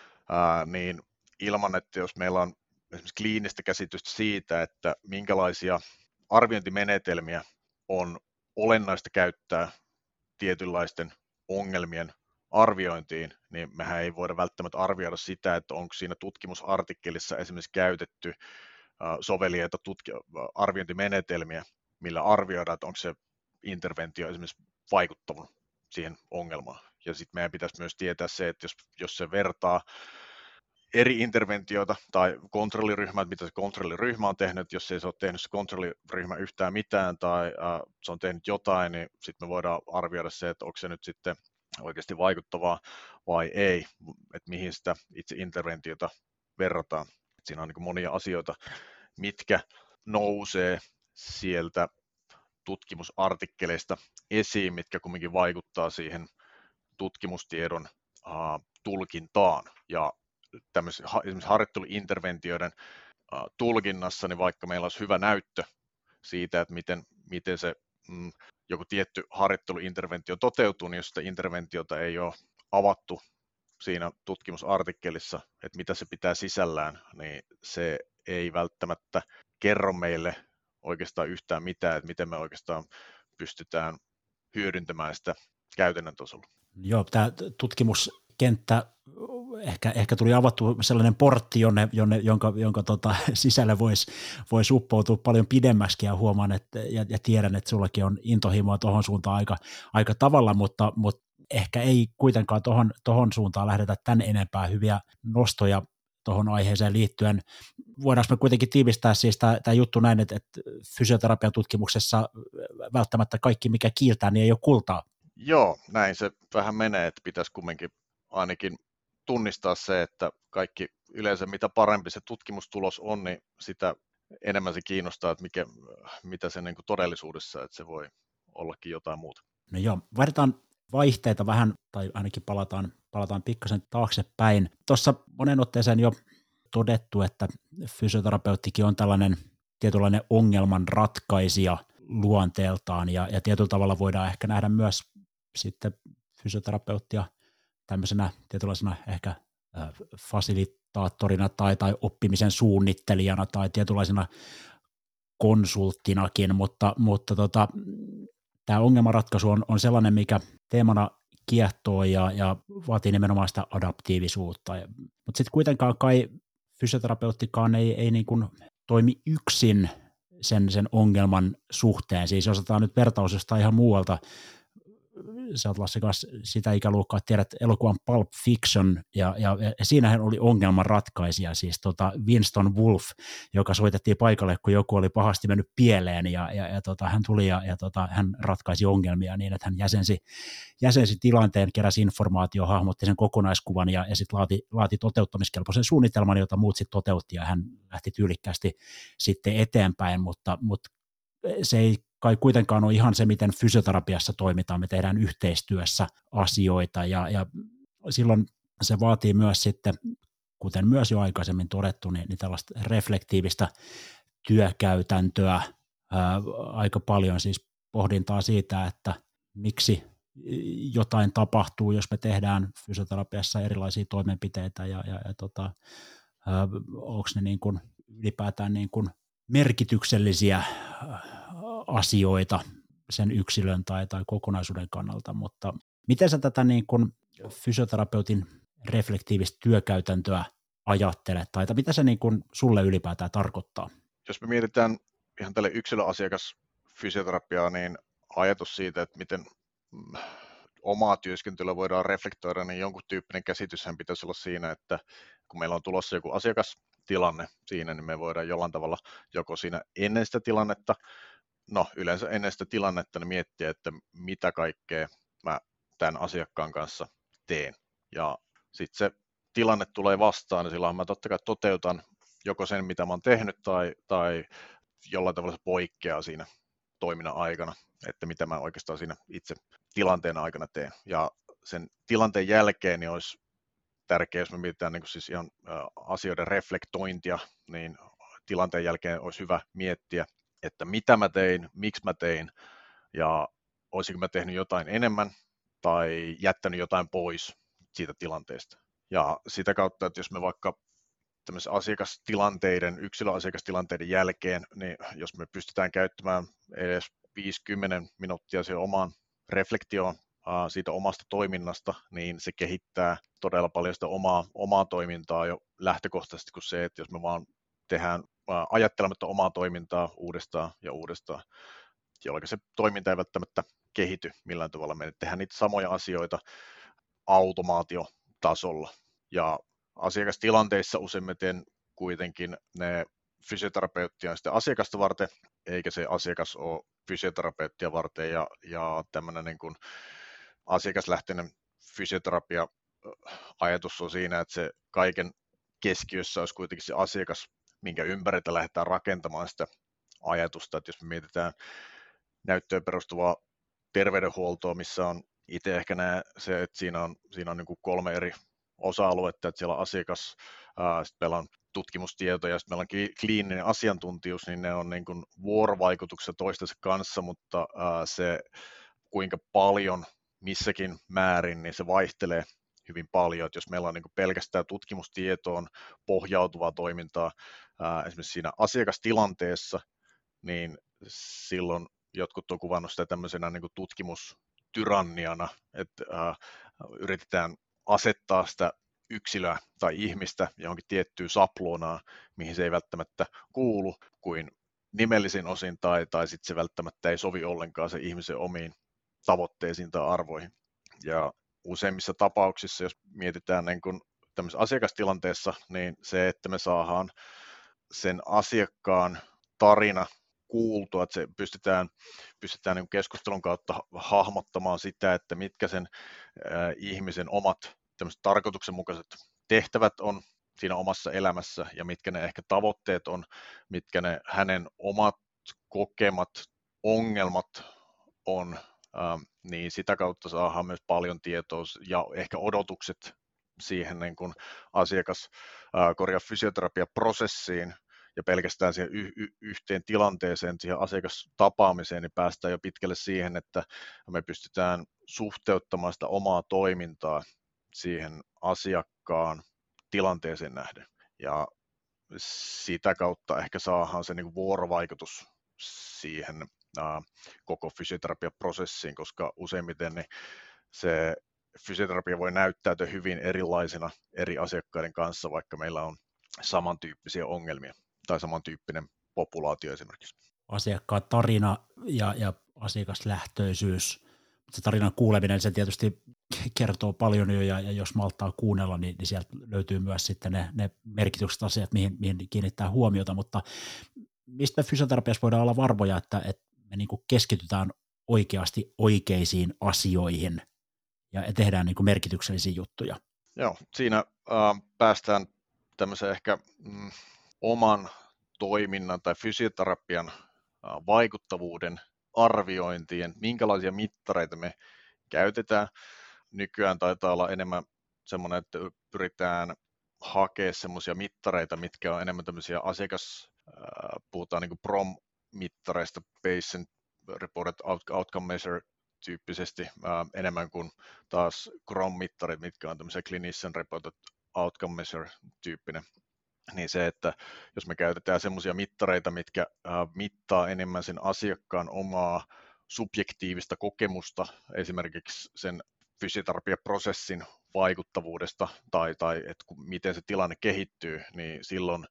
ää, niin ilman, että jos meillä on esimerkiksi kliinistä käsitystä siitä, että minkälaisia arviointimenetelmiä on olennaista käyttää tietynlaisten ongelmien arviointiin, niin mehän ei voida välttämättä arvioida sitä, että onko siinä tutkimusartikkelissa esimerkiksi käytetty soveliaita tutki- arviointimenetelmiä, millä arvioidaan, että onko se interventio esimerkiksi vaikuttava siihen ongelmaan. Ja sitten meidän pitäisi myös tietää se, että jos, jos se vertaa eri interventioita tai kontrolliryhmät, mitä se kontrolliryhmä on tehnyt, jos ei se ole tehnyt se kontrolliryhmä yhtään mitään tai äh, se on tehnyt jotain, niin sitten me voidaan arvioida se, että onko se nyt sitten oikeasti vaikuttavaa vai ei, että mihin sitä itse interventiota verrataan. Siinä on niin kuin monia asioita, mitkä nousee sieltä tutkimusartikkeleista esiin, mitkä kumminkin vaikuttaa siihen tutkimustiedon uh, tulkintaan. Ja esimerkiksi harjoitteluinterventioiden uh, tulkinnassa, niin vaikka meillä olisi hyvä näyttö siitä, että miten, miten se mm, joku tietty harjoitteluinterventio toteutuu, niin jos sitä interventiota ei ole avattu siinä tutkimusartikkelissa, että mitä se pitää sisällään, niin se ei välttämättä kerro meille oikeastaan yhtään mitään, että miten me oikeastaan pystytään hyödyntämään sitä käytännön tasolla. Joo, tämä tutkimuskenttä, ehkä, ehkä tuli avattu sellainen portti, jonne, jonne, jonka, jonka tota, sisälle voisi vois uppoutua paljon pidemmäksi, ja huomaan, että, ja, ja tiedän, että sullakin on intohimoa tuohon suuntaan aika, aika tavalla, mutta, mutta ehkä ei kuitenkaan tuohon, tuohon suuntaan lähdetä tän enempää hyviä nostoja tuohon aiheeseen liittyen. Voidaanko me kuitenkin tiivistää siis tämä juttu näin, että, että fysioterapian tutkimuksessa välttämättä kaikki, mikä kiiltää, niin ei ole kultaa? Joo, näin se vähän menee, että pitäisi kumminkin ainakin tunnistaa se, että kaikki yleensä mitä parempi se tutkimustulos on, niin sitä enemmän se kiinnostaa, että mikä, mitä se niin kuin todellisuudessa, että se voi ollakin jotain muuta. No joo, vaihdetaan vaihteita vähän, tai ainakin palataan, palataan pikkasen taaksepäin. Tuossa monen otteeseen jo todettu, että fysioterapeuttikin on tällainen tietynlainen ongelman ratkaisija luonteeltaan, ja, ja tietyllä tavalla voidaan ehkä nähdä myös sitten fysioterapeuttia tämmöisenä tietynlaisena ehkä äh, fasilitaattorina tai, tai oppimisen suunnittelijana tai tietynlaisena konsulttinakin, mutta, mutta tota, tämä ongelmanratkaisu on, on sellainen, mikä teemana kiehtoo ja, ja vaatii nimenomaan sitä adaptiivisuutta. Mutta sitten kuitenkaan kai fysioterapeuttikaan ei, ei niin kuin toimi yksin sen, sen ongelman suhteen. Siis jos otetaan nyt vertaus jostain ihan muualta, sä oot Lasse kanssa sitä ikäluokkaa, että tiedät elokuvan Pulp Fiction, ja, ja, ja siinähän oli ongelman ratkaisija, siis tota Winston Wolf, joka soitettiin paikalle, kun joku oli pahasti mennyt pieleen, ja, ja, ja tota, hän tuli ja, ja tota, hän ratkaisi ongelmia niin, että hän jäsensi, jäsensi tilanteen, keräsi informaatio, hahmotti sen kokonaiskuvan, ja, ja sitten laati, laati toteuttamiskelpoisen suunnitelman, jota muut sitten toteutti, ja hän lähti tyylikkäästi sitten eteenpäin, mutta, mutta se ei kai kuitenkaan ole ihan se, miten fysioterapiassa toimitaan, me tehdään yhteistyössä asioita, ja, ja silloin se vaatii myös sitten, kuten myös jo aikaisemmin todettu, niin, niin tällaista reflektiivistä työkäytäntöä, ää, aika paljon siis pohdintaa siitä, että miksi jotain tapahtuu, jos me tehdään fysioterapiassa erilaisia toimenpiteitä, ja, ja, ja tota, onko ne niin kuin ylipäätään niin kuin merkityksellisiä asioita sen yksilön tai, tai kokonaisuuden kannalta, mutta miten sä tätä niin kuin fysioterapeutin reflektiivistä työkäytäntöä ajattelet, tai mitä se niin kuin sulle ylipäätään tarkoittaa? Jos me mietitään ihan tälle yksilöasiakasfysioterapiaa, niin ajatus siitä, että miten omaa työskentelyä voidaan reflektoida, niin jonkun tyyppinen käsityshän pitäisi olla siinä, että kun meillä on tulossa joku asiakastilanne siinä, niin me voidaan jollain tavalla joko siinä ennen sitä tilannetta, no yleensä ennen sitä tilannetta, niin miettiä, että mitä kaikkea mä tämän asiakkaan kanssa teen. Ja sitten se tilanne tulee vastaan, niin silloin mä totta kai toteutan joko sen, mitä mä oon tehnyt, tai, tai jollain tavalla se poikkeaa siinä toiminnan aikana, että mitä mä oikeastaan siinä itse tilanteen aikana teen. Ja sen tilanteen jälkeen niin olisi tärkeää, jos me mietitään niin kuin siis ihan asioiden reflektointia, niin tilanteen jälkeen olisi hyvä miettiä, että mitä mä tein, miksi mä tein, ja olisinko mä tehnyt jotain enemmän tai jättänyt jotain pois siitä tilanteesta. Ja sitä kautta, että jos me vaikka tämmöisen asiakastilanteiden, yksilöasiakastilanteiden jälkeen, niin jos me pystytään käyttämään edes viisikymmentä minuuttia siihen omaan reflektioon siitä omasta toiminnasta, niin se kehittää todella paljon sitä omaa, omaa toimintaa jo lähtökohtaisesti kuin se, että jos me vaan tehdään ajattelematta omaa toimintaa uudestaan ja uudestaan, jolloin se toiminta ei välttämättä kehity millään tavalla. Me tehdään niitä samoja asioita automaatiotasolla. Ja asiakastilanteissa useimmiten kuitenkin ne fysioterapeuttia on sitä asiakasta varten, eikä se asiakas ole fysioterapeuttia varten. Ja, ja tämmöinen niin kuin asiakaslähtöinen fysioterapia-ajatus on siinä, että se kaiken keskiössä olisi kuitenkin se asiakas, minkä ympäriltä lähdetään rakentamaan sitä ajatusta, että jos me mietitään näyttöön perustuvaa terveydenhuoltoa, missä on itse ehkä näe se, että siinä on, siinä on niin kuin kolme eri osa-aluetta, että siellä on asiakas, sitten meillä on tutkimustieto ja sitten meillä on kliininen asiantuntijuus, niin ne on niin kuin vuorovaikutuksessa toistensa kanssa, mutta se kuinka paljon missäkin määrin, niin se vaihtelee hyvin paljon, että jos meillä on niin kuin pelkästään tutkimustietoon pohjautuvaa toimintaa ää, esimerkiksi siinä asiakastilanteessa, niin silloin jotkut on kuvannut sitä tämmöisenä niin kuin tutkimustyranniana, että ää, yritetään asettaa sitä yksilöä tai ihmistä johonkin tiettyyn sapluunaan, mihin se ei välttämättä kuulu kuin nimellisin osin, tai, tai sitten se välttämättä ei sovi ollenkaan se ihmisen omiin tavoitteisiin tai arvoihin. Ja useimmissa tapauksissa, jos mietitään niin kuin tämmöisessä asiakastilanteessa, niin se, että me saadaan sen asiakkaan tarina kuultua, että se pystytään, pystytään niin keskustelun kautta hahmottamaan sitä, että mitkä sen äh, ihmisen omat tämmöiset tarkoituksenmukaiset tehtävät on siinä omassa elämässä ja mitkä ne ehkä tavoitteet on, mitkä ne hänen omat kokemat ongelmat on, ähm, niin sitä kautta saadaan myös paljon tietoa ja ehkä odotukset siihen niin kuin asiakas äh, korjaa fysioterapiaprosessiin ja pelkästään siihen y- y- yhteen tilanteeseen, siihen asiakastapaamiseen, niin päästään jo pitkälle siihen, että me pystytään suhteuttamaan sitä omaa toimintaa siihen asiakkaan tilanteeseen nähden. Ja sitä kautta ehkä saadaan se niin kuin vuorovaikutus siihen ää, koko fysioterapiaprosessiin, koska useimmiten niin se fysioterapia voi näyttäytyä hyvin erilaisena eri asiakkaiden kanssa, vaikka meillä on samantyyppisiä ongelmia tai samantyyppinen populaatio esimerkiksi. Asiakkaan tarina ja, ja asiakaslähtöisyys, se tarinan kuuleminen, se tietysti kertoo paljon jo, ja, ja jos malttaa kuunnella, niin, niin sieltä löytyy myös sitten ne, ne merkitykset asiat, mihin, mihin kiinnittää huomiota, mutta mistä fysioterapiassa voidaan olla varmoja, että, että me niin kuin keskitytään oikeasti oikeisiin asioihin ja tehdään niin kuin merkityksellisiä juttuja? Joo, siinä äh, päästään tämmöiseen ehkä mm, oman toiminnan tai fysioterapian äh, vaikuttavuuden arviointien, minkälaisia mittareita me käytetään. Nykyään taitaa olla enemmän semmoinen, että pyritään hakemaan semmoisia mittareita, mitkä on enemmän tämmöisiä asiakas, äh, puhutaan niin kuin P R O M-mittareista, Patient Reported Outcome Measure tyyppisesti, äh, enemmän kuin taas C R O M-mittarit, mitkä on tämmöisiä Clinician Reported Outcome Measure tyyppinen. Niin se, että jos me käytetään semmoisia mittareita, mitkä äh, mittaa enemmän sen asiakkaan omaa subjektiivista kokemusta, esimerkiksi sen fysioterapiaprosessin vaikuttavuudesta tai, tai että miten se tilanne kehittyy, niin silloin,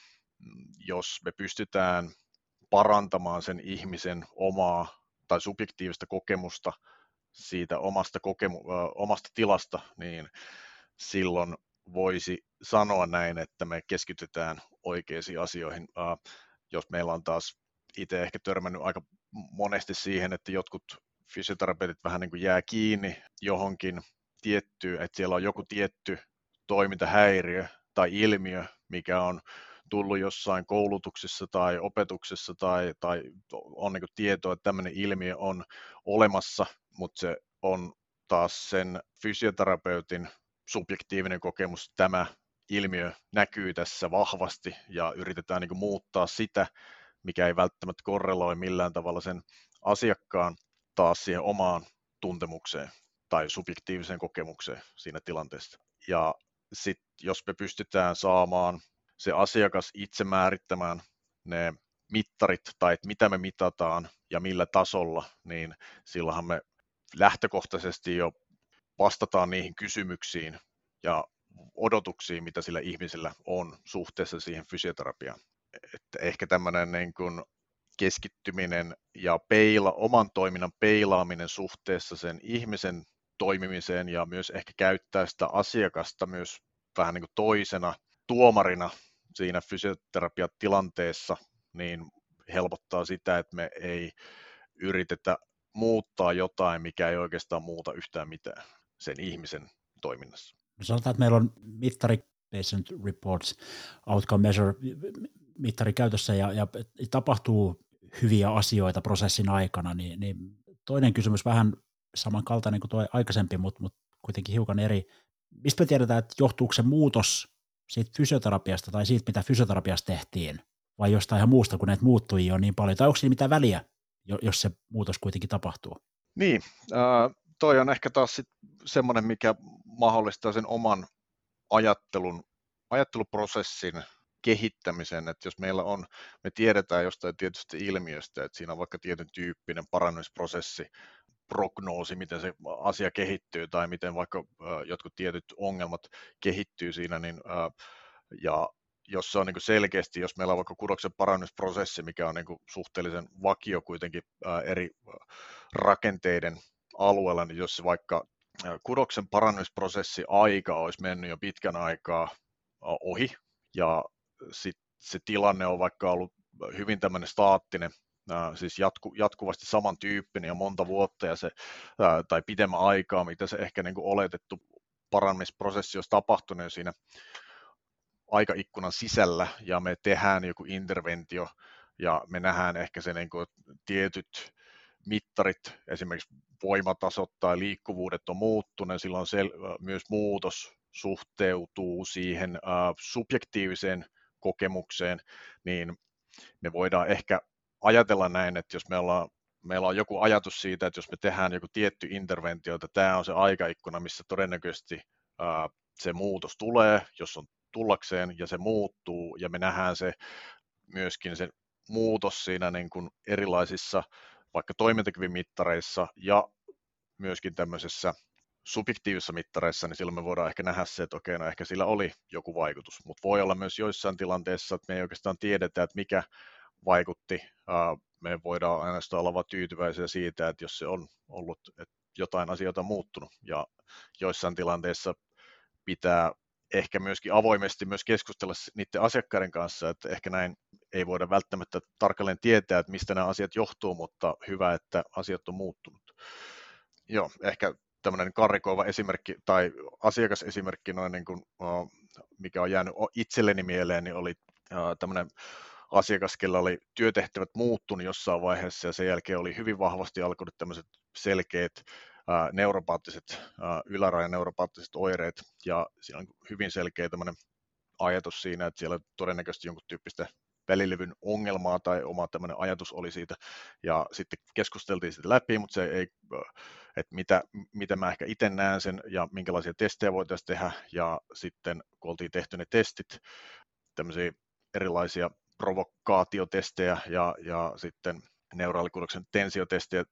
jos me pystytään parantamaan sen ihmisen omaa tai subjektiivista kokemusta siitä omasta, kokemu- äh, omasta tilasta, niin silloin voisi sanoa näin, että me keskitytään oikeisiin asioihin. Äh, jos meillä on taas itse ehkä törmännyt aika monesti siihen, että jotkut fysioterapeutit vähän niin kuin jää kiinni johonkin tiettyyn, että siellä on joku tietty toimintahäiriö tai ilmiö, mikä on tullut jossain koulutuksessa tai opetuksessa tai, tai on niin kuin tietoa, että tämmöinen ilmiö on olemassa, mutta se on taas sen fysioterapeutin subjektiivinen kokemus, tämä ilmiö näkyy tässä vahvasti ja yritetään niin kuin muuttaa sitä, mikä ei välttämättä korreloi millään tavalla sen asiakkaan taas siihen omaan tuntemukseen tai subjektiiviseen kokemukseen siinä tilanteessa. Ja sitten jos me pystytään saamaan se asiakas itse määrittämään ne mittarit tai että mitä me mitataan ja millä tasolla, niin silloinhan me lähtökohtaisesti jo vastataan niihin kysymyksiin ja odotuksiin, mitä sillä ihmisellä on suhteessa siihen fysioterapiaan. Että ehkä tämmöinen niin kuin keskittyminen ja peila, oman toiminnan peilaaminen suhteessa sen ihmisen toimimiseen ja myös ehkä käyttää sitä asiakasta myös vähän niin kuin toisena tuomarina siinä fysioterapiatilanteessa, niin helpottaa sitä, että me ei yritetä muuttaa jotain, mikä ei oikeastaan muuta yhtään mitään sen ihmisen toiminnassa. Sanotaan, että meillä on mittari, Patient Reports, Outcome Measure, mittari käytössä ja, ja tapahtuu hyviä asioita prosessin aikana, niin, niin toinen kysymys vähän samankaltainen kuin tuo aikaisempi, mutta, mutta kuitenkin hiukan eri. Mistä me tiedetään, että johtuuko se muutos siitä fysioterapiasta tai siitä, mitä fysioterapiasta tehtiin, vai jostain ihan muusta, kun näitä muuttujia on niin paljon, tai onko siinä mitään väliä, jos se muutos kuitenkin tapahtuu? Niin, äh, toi on ehkä taas sit semmoinen, mikä mahdollistaa sen oman ajattelun, ajatteluprosessin kehittämisen, että jos meillä on, me tiedetään jostain tietystä ilmiöstä, että siinä on vaikka tietyn tyyppinen parannumisprosessi, prognoosi, miten se asia kehittyy tai miten vaikka jotkut tietyt ongelmat kehittyy siinä, niin, ja jos se on niin kuin selkeästi, jos meillä on vaikka kudoksen parannusprosessi, mikä on niin kuin suhteellisen vakio kuitenkin eri rakenteiden alueella, niin jos se vaikka kudoksen parannusprosessi aika olisi mennyt jo pitkän aikaa ohi, ja sitten se tilanne on vaikka ollut hyvin tämmöinen staattinen, siis jatku, jatkuvasti samantyyppinen ja monta vuotta ja se, tai pidemmän aikaa, mitä se ehkä niin kuin oletettu parannumisprosessi olisi tapahtunut siinä aikaikkunan sisällä, ja me tehdään joku interventio, ja me nähdään ehkä se niin kuin tietyt mittarit, esimerkiksi voimatasot tai liikkuvuudet on muuttunut, silloin sel- myös muutos suhteutuu siihen uh, subjektiiviseen kokemukseen, niin me voidaan ehkä ajatella näin, että jos meillä on, meillä on joku ajatus siitä, että jos me tehdään joku tietty interventio, että tämä on se aikaikkuna, missä todennäköisesti uh, se muutos tulee, jos on tullakseen, ja se muuttuu, ja me nähdään se myöskin se muutos siinä niin kuin erilaisissa vaikka toimintakyvyn mittareissa ja myöskin tämmöisessä subjektiivisissa mittareissa, niin silloin me voidaan ehkä nähdä se, että okei, no ehkä sillä oli joku vaikutus, mutta voi olla myös joissain tilanteissa, että me ei oikeastaan tiedetä, että mikä vaikutti. Me voidaan ainoastaan olla vaan tyytyväisiä siitä, että jos se on ollut, että jotain asioita on muuttunut, ja joissain tilanteissa pitää ehkä myöskin avoimesti myös keskustella niiden asiakkaiden kanssa, että ehkä näin ei voida välttämättä tarkalleen tietää, että mistä nämä asiat johtuu, mutta hyvä, että asiat on muuttunut. Joo, ehkä tämmöinen karrikoiva esimerkki tai asiakasesimerkki, noin niin kuin, mikä on jäänyt itselleni mieleen, niin oli tämmöinen asiakas, kellä oli työtehtävät muuttunut jossain vaiheessa, ja sen jälkeen oli hyvin vahvasti alkanut tämmöiset selkeät neuropaattiset, ylärajan neuropaattiset oireet, ja siinä on hyvin selkeä tämmöinen ajatus siinä, että siellä todennäköisesti jonkun tyyppistä välilevyn ongelmaa tai oma tämmöinen ajatus oli siitä, ja sitten keskusteltiin sitä läpi, mutta se ei, että mitä, mitä mä ehkä itse näen sen, ja minkälaisia testejä voitaisiin tehdä, ja sitten kun oltiin tehty ne testit, tämmöisiä erilaisia provokaatiotestejä, ja, ja sitten neuraalikudoksen tensiotestejä,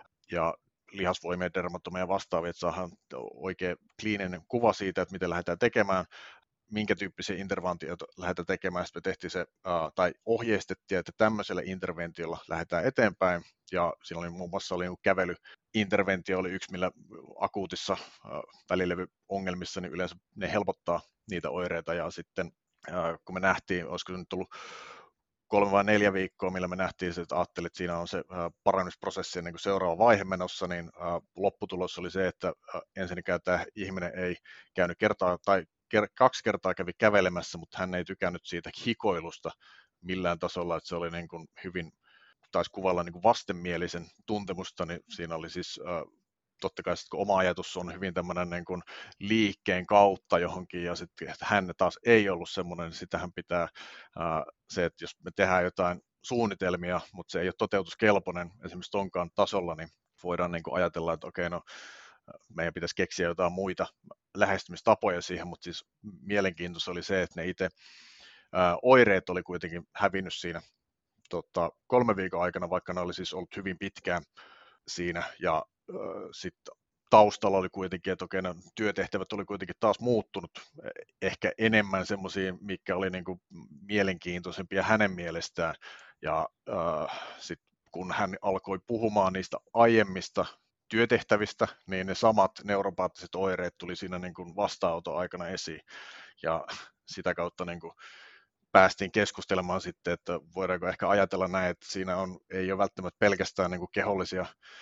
ja lihasvoimia, dermatomeja vastaavia, että saadaan oikein kliininen kuva siitä, että miten lähdetään tekemään, minkä tyyppisiä interventioita lähdetään tekemään. Sitten me tehtiin se, uh, tai ohjeistettiin, että tämmöisellä interventiolla lähdetään eteenpäin, ja siinä oli muun muassa oli kävelyinterventio oli yksi, millä akuutissa uh, välilevyongelmissa niin yleensä ne helpottaa niitä oireita, ja sitten uh, kun me nähtiin, olisiko se nyt tullut kolme vai neljä viikkoa, millä me nähtiin se, että ajattelin, että siinä on se parannusprosessi niin kuin seuraava vaihe menossa, niin lopputulos oli se, että ensinnäkään tämä ihminen ei käynyt kertaa tai kaksi kertaa kävi kävelemässä, mutta hän ei tykännyt siitä hikoilusta millään tasolla, että se oli niin kuin hyvin, taisi kuvalla niin kuin vastenmielisen tuntemusta, niin siinä oli siis totta kai sitten kun oma ajatus on hyvin tämmöinen niin kuin liikkeen kautta johonkin, ja sitten että hän taas ei ollut semmoinen, niin sitähän pitää ää, se, että jos me tehdään jotain suunnitelmia, mutta se ei ole toteutuskelpoinen esimerkiksi tonkaan tasolla, niin voidaan niin kuin ajatella, että okei, no meidän pitäisi keksiä jotain muita lähestymistapoja siihen, mutta siis mielenkiintoista oli se, että ne itse ää, oireet oli kuitenkin hävinnyt siinä tota, kolme viikon aikana, vaikka ne oli siis ollut hyvin pitkään siinä, ja sitten taustalla oli kuitenkin, että okei, työtehtävät oli kuitenkin taas muuttunut ehkä enemmän semmoisia, mikä oli niin kuin mielenkiintoisempia hänen mielestään, ja äh, sitten kun hän alkoi puhumaan niistä aiemmista työtehtävistä, niin ne samat neuropaattiset oireet tuli siinä niin kuin vastaanoton aikana esiin, ja sitä kautta niin kuin päästiin keskustelemaan sitten, että voidaanko ehkä ajatella näin, että siinä on, ei ole välttämättä pelkästään niin kuin kehollisia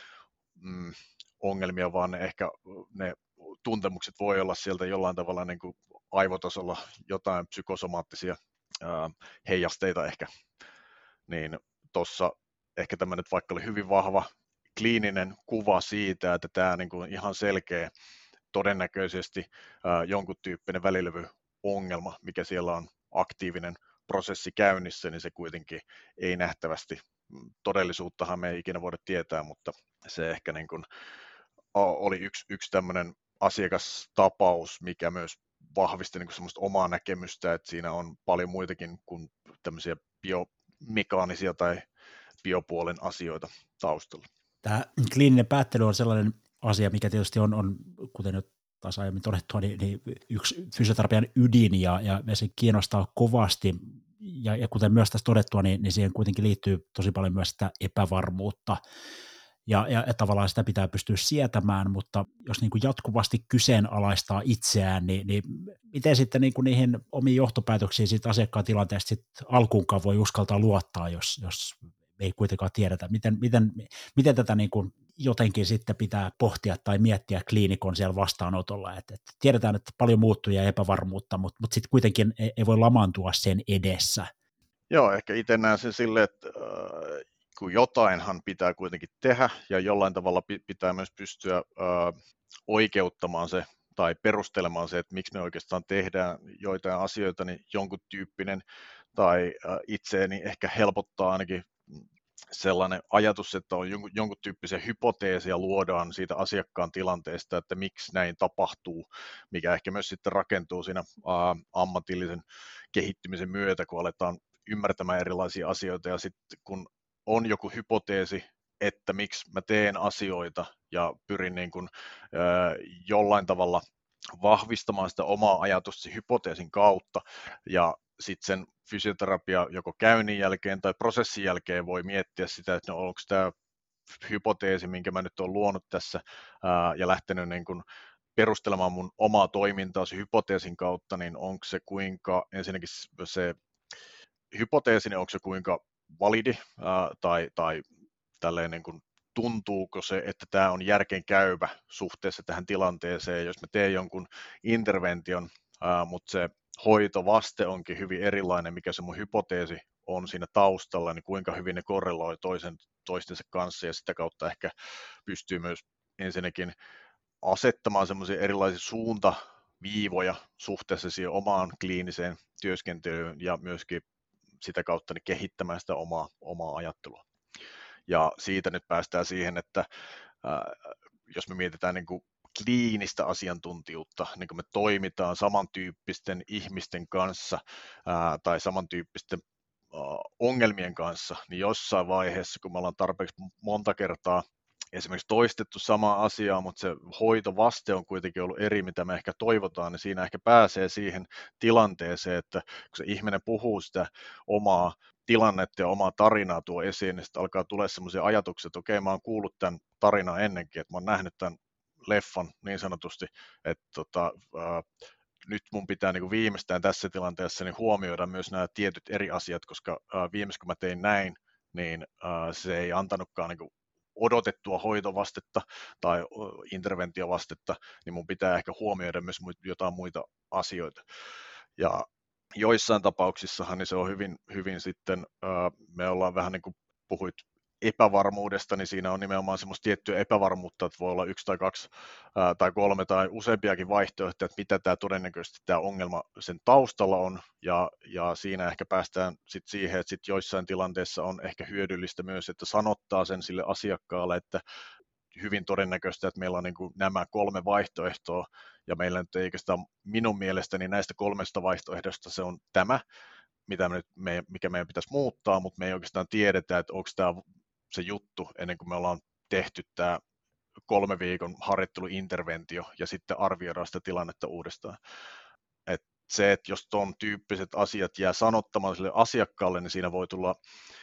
mm, ongelmia, vaan ne ehkä ne tuntemukset voi olla sieltä jollain tavalla niin kuin aivotasolla jotain psykosomaattisia ää, heijasteita ehkä, niin tuossa ehkä tämmöinen vaikka oli hyvin vahva kliininen kuva siitä, että tämä niin kuin ihan selkeä todennäköisesti ää, jonkun tyyppinen välilevyongelma, mikä siellä on aktiivinen prosessi käynnissä, niin se kuitenkin ei nähtävästi, todellisuuttahan me ei ikinä voida tietää, mutta se ehkä niin kuin oli yksi, yksi tämmöinen asiakastapaus, mikä myös vahvisti niin kuin semmoista omaa näkemystä, että siinä on paljon muitakin kuin tämmöisiä biomekaanisia tai biopuolen asioita taustalla. Tämä kliininen päättely on sellainen asia, mikä tietysti on, on kuten nyt taas aiemmin todettua, niin, niin yksi fysioterapian ydin, ja, ja se kiinnostaa kovasti, ja, ja kuten myös tässä todettua, niin, niin siihen kuitenkin liittyy tosi paljon myös sitä epävarmuutta, ja, ja, ja tavallaan sitä pitää pystyä sietämään, mutta jos niin kuin jatkuvasti kyseenalaistaa itseään, niin, niin miten sitten niin kuin niihin omiin johtopäätöksiin siitä asiakkaan tilanteesta sit alkuunkaan voi uskaltaa luottaa, jos, jos ei kuitenkaan tiedetä, miten, miten, miten tätä niin kuin jotenkin sitten pitää pohtia tai miettiä kliinikon siellä vastaanotolla, että, että tiedetään, että paljon muuttuu ja epävarmuutta, mutta, mutta sitten kuitenkin ei, ei voi lamaantua sen edessä. Joo, ehkä itse näen sen silleen, että äh, kun jotainhan pitää kuitenkin tehdä ja jollain tavalla pitää myös pystyä äh, oikeuttamaan se tai perustelemaan se, että miksi me oikeastaan tehdään joitain asioita, niin jonkun tyyppinen tai äh, itseeni ehkä helpottaa ainakin sellainen ajatus, että on jonkun, jonkun tyyppisiä hypoteeseja luodaan siitä asiakkaan tilanteesta, että miksi näin tapahtuu, mikä ehkä myös sitten rakentuu siinä ää, ammatillisen kehittymisen myötä, kun aletaan ymmärtämään erilaisia asioita, ja sitten kun on joku hypoteesi, että miksi mä teen asioita ja pyrin niin kuin, ää, jollain tavalla vahvistamaan sitä omaa ajatusta hypoteesin kautta, ja sitten sen fysioterapia joko käynnin jälkeen tai prosessin jälkeen voi miettiä sitä, että no, onko tämä hypoteesi, minkä mä nyt olen luonut tässä ää, ja lähtenyt niin kuin perustelemaan mun omaa toimintaa hypoteesin kautta, niin onko se kuinka, ensinnäkin se hypoteesi, niin onko se kuinka validi ää, tai, tai tälleen niin kuin tuntuuko se, että tämä on järkeen käyvä suhteessa tähän tilanteeseen, jos mä teen jonkun intervention, ää, mutta se hoitovaste onkin hyvin erilainen, mikä se mun hypoteesi on siinä taustalla, niin kuinka hyvin ne korreloi toisen, toistensa kanssa, ja sitä kautta ehkä pystyy myös ensinnäkin asettamaan semmoisia erilaisia suuntaviivoja suhteessa siihen omaan kliiniseen työskentelyyn, ja myöskin sitä kautta niin kehittämään sitä omaa, omaa ajattelua. Ja siitä nyt päästään siihen, että ää, jos me mietitään niin kuin kliinistä asiantuntijuutta, niin kuin me toimitaan samantyyppisten ihmisten kanssa ää, tai samantyyppisten ää, ongelmien kanssa, niin jossain vaiheessa, kun me ollaan tarpeeksi monta kertaa esimerkiksi toistettu samaa asiaa, mutta se hoitovaste on kuitenkin ollut eri, mitä me ehkä toivotaan, niin siinä ehkä pääsee siihen tilanteeseen, että kun se ihminen puhuu sitä omaa tilannetta ja omaa tarinaa tuo esiin, niin sitten alkaa tulla sellaisia ajatuksia, että okei, mä oon kuullut tämän tarinan ennenkin, että mä oon nähnyt tämän leffan niin sanotusti, että tota, ää, nyt mun pitää niin kuin viimeistään tässä tilanteessa niin huomioida myös nämä tietyt eri asiat, koska ää, viimeis kun mä tein näin, niin ää, se ei antanutkaan niin kuin odotettua hoitovastetta tai interventiovastetta, niin mun pitää ehkä huomioida myös jotain muita asioita. Ja joissain tapauksissahan niin se on hyvin, hyvin sitten, me ollaan vähän niin kuin puhuit epävarmuudesta, niin siinä on nimenomaan semmoista tiettyä epävarmuutta, että voi olla yksi tai kaksi ää, tai kolme tai useampiakin vaihtoehtoja, että mitä tämä todennäköisesti tämä ongelma sen taustalla on, ja, ja siinä ehkä päästään sitten siihen, että sit joissain tilanteissa on ehkä hyödyllistä myös, että sanottaa sen sille asiakkaalle, että hyvin todennäköistä, että meillä on niin kuin nämä kolme vaihtoehtoa, ja meillä nyt ei oikeastaan minun mielestäni näistä kolmesta vaihtoehdosta se on tämä, mitä me nyt, me, mikä meidän pitäisi muuttaa, mutta me ei oikeastaan tiedetä, että onko tämä se juttu ennen kuin me ollaan tehty tämä kolme viikon harjoitteluinterventio ja sitten arvioidaan sitä tilannetta uudestaan. Et se, että jos tuon tyyppiset asiat jää sanottamaan sille asiakkaalle, niin siinä voi tulla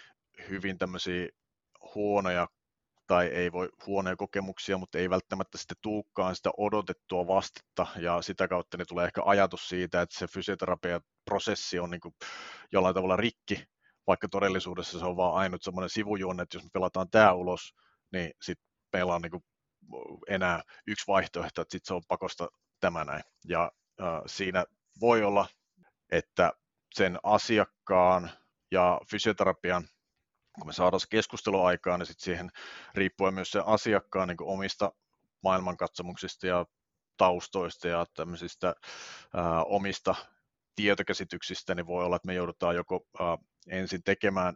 hyvin tämmöisiä huonoja tai ei voi huonoja kokemuksia, mutta ei välttämättä sitten tuukkaan sitä odotettua vastetta, ja sitä kautta niin tulee ehkä ajatus siitä, että se fysioterapiaprosessi on niin kuin jollain tavalla rikki, vaikka todellisuudessa se on vaan ainut semmoinen sivujuonne, että jos me pelataan tämä ulos, niin sitten meillä on niin kuin enää yksi vaihtoehto, että sitten se on pakosta tämä näin. Ja äh, siinä voi olla, että sen asiakkaan ja fysioterapian, kun me saadaan se keskusteluaikaan, niin sitten siihen riippuen myös sen asiakkaan niin kuin omista maailmankatsomuksista ja taustoista ja tämmöisistä ää, omista tietokäsityksistä, niin voi olla, että me joudutaan joko ää, ensin tekemään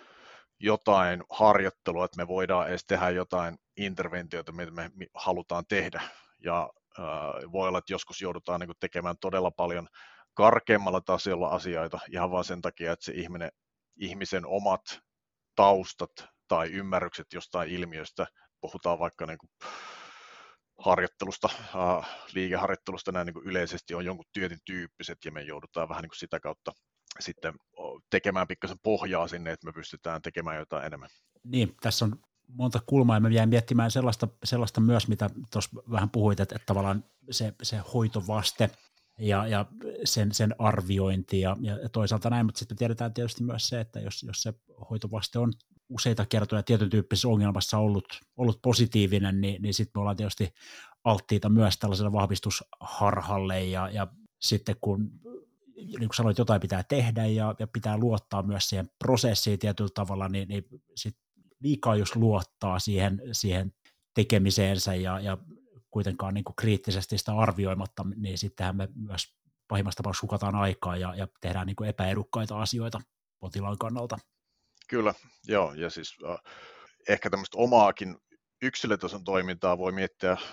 jotain harjoittelua, että me voidaan edes tehdä jotain interventioita, mitä me halutaan tehdä. Ja Voi olla, että joskus joudutaan niin kuin tekemään todella paljon karkeammalla tasolla asioita ihan vain sen takia, että se ihminen, ihmisen omat taustat tai ymmärrykset jostain ilmiöstä, puhutaan vaikka niin kuin harjoittelusta, liikeharjoittelusta näin niin kuin yleisesti on jonkun tietyn tyyppiset ja me joudutaan vähän niin kuin sitä kautta sitten tekemään pikkasen pohjaa sinne, että me pystytään tekemään jotain enemmän. Niin, tässä on monta kulmaa ja mä jäin miettimään sellaista, sellaista myös, mitä tuossa vähän puhuit, että, että tavallaan se, se hoitovaste ja, ja sen, sen arviointi ja, ja toisaalta näin, mutta sitten tiedetään tietysti myös se, että jos, jos se hoitovaste on useita kertoja tietyn tyyppisessä ongelmassa ollut, ollut positiivinen, niin, niin sitten me ollaan tietysti alttiita myös tällaiselle vahvistusharhalle ja, ja sitten kun niin kuin sanoit, jotain pitää tehdä ja, ja pitää luottaa myös siihen prosessiin tietyllä tavalla, niin, niin sit liikaa jos luottaa siihen, siihen tekemiseensä ja, ja kuitenkaan niin kuin kriittisesti sitä arvioimatta, niin sittenhän me myös pahimmassa tapauksessa hukataan aikaa ja, ja tehdään niin kuin epäedukkaita asioita potilaan kannalta. Kyllä, joo, ja siis äh, ehkä tämmöistä omaakin yksilötason toimintaa voi miettiä äh,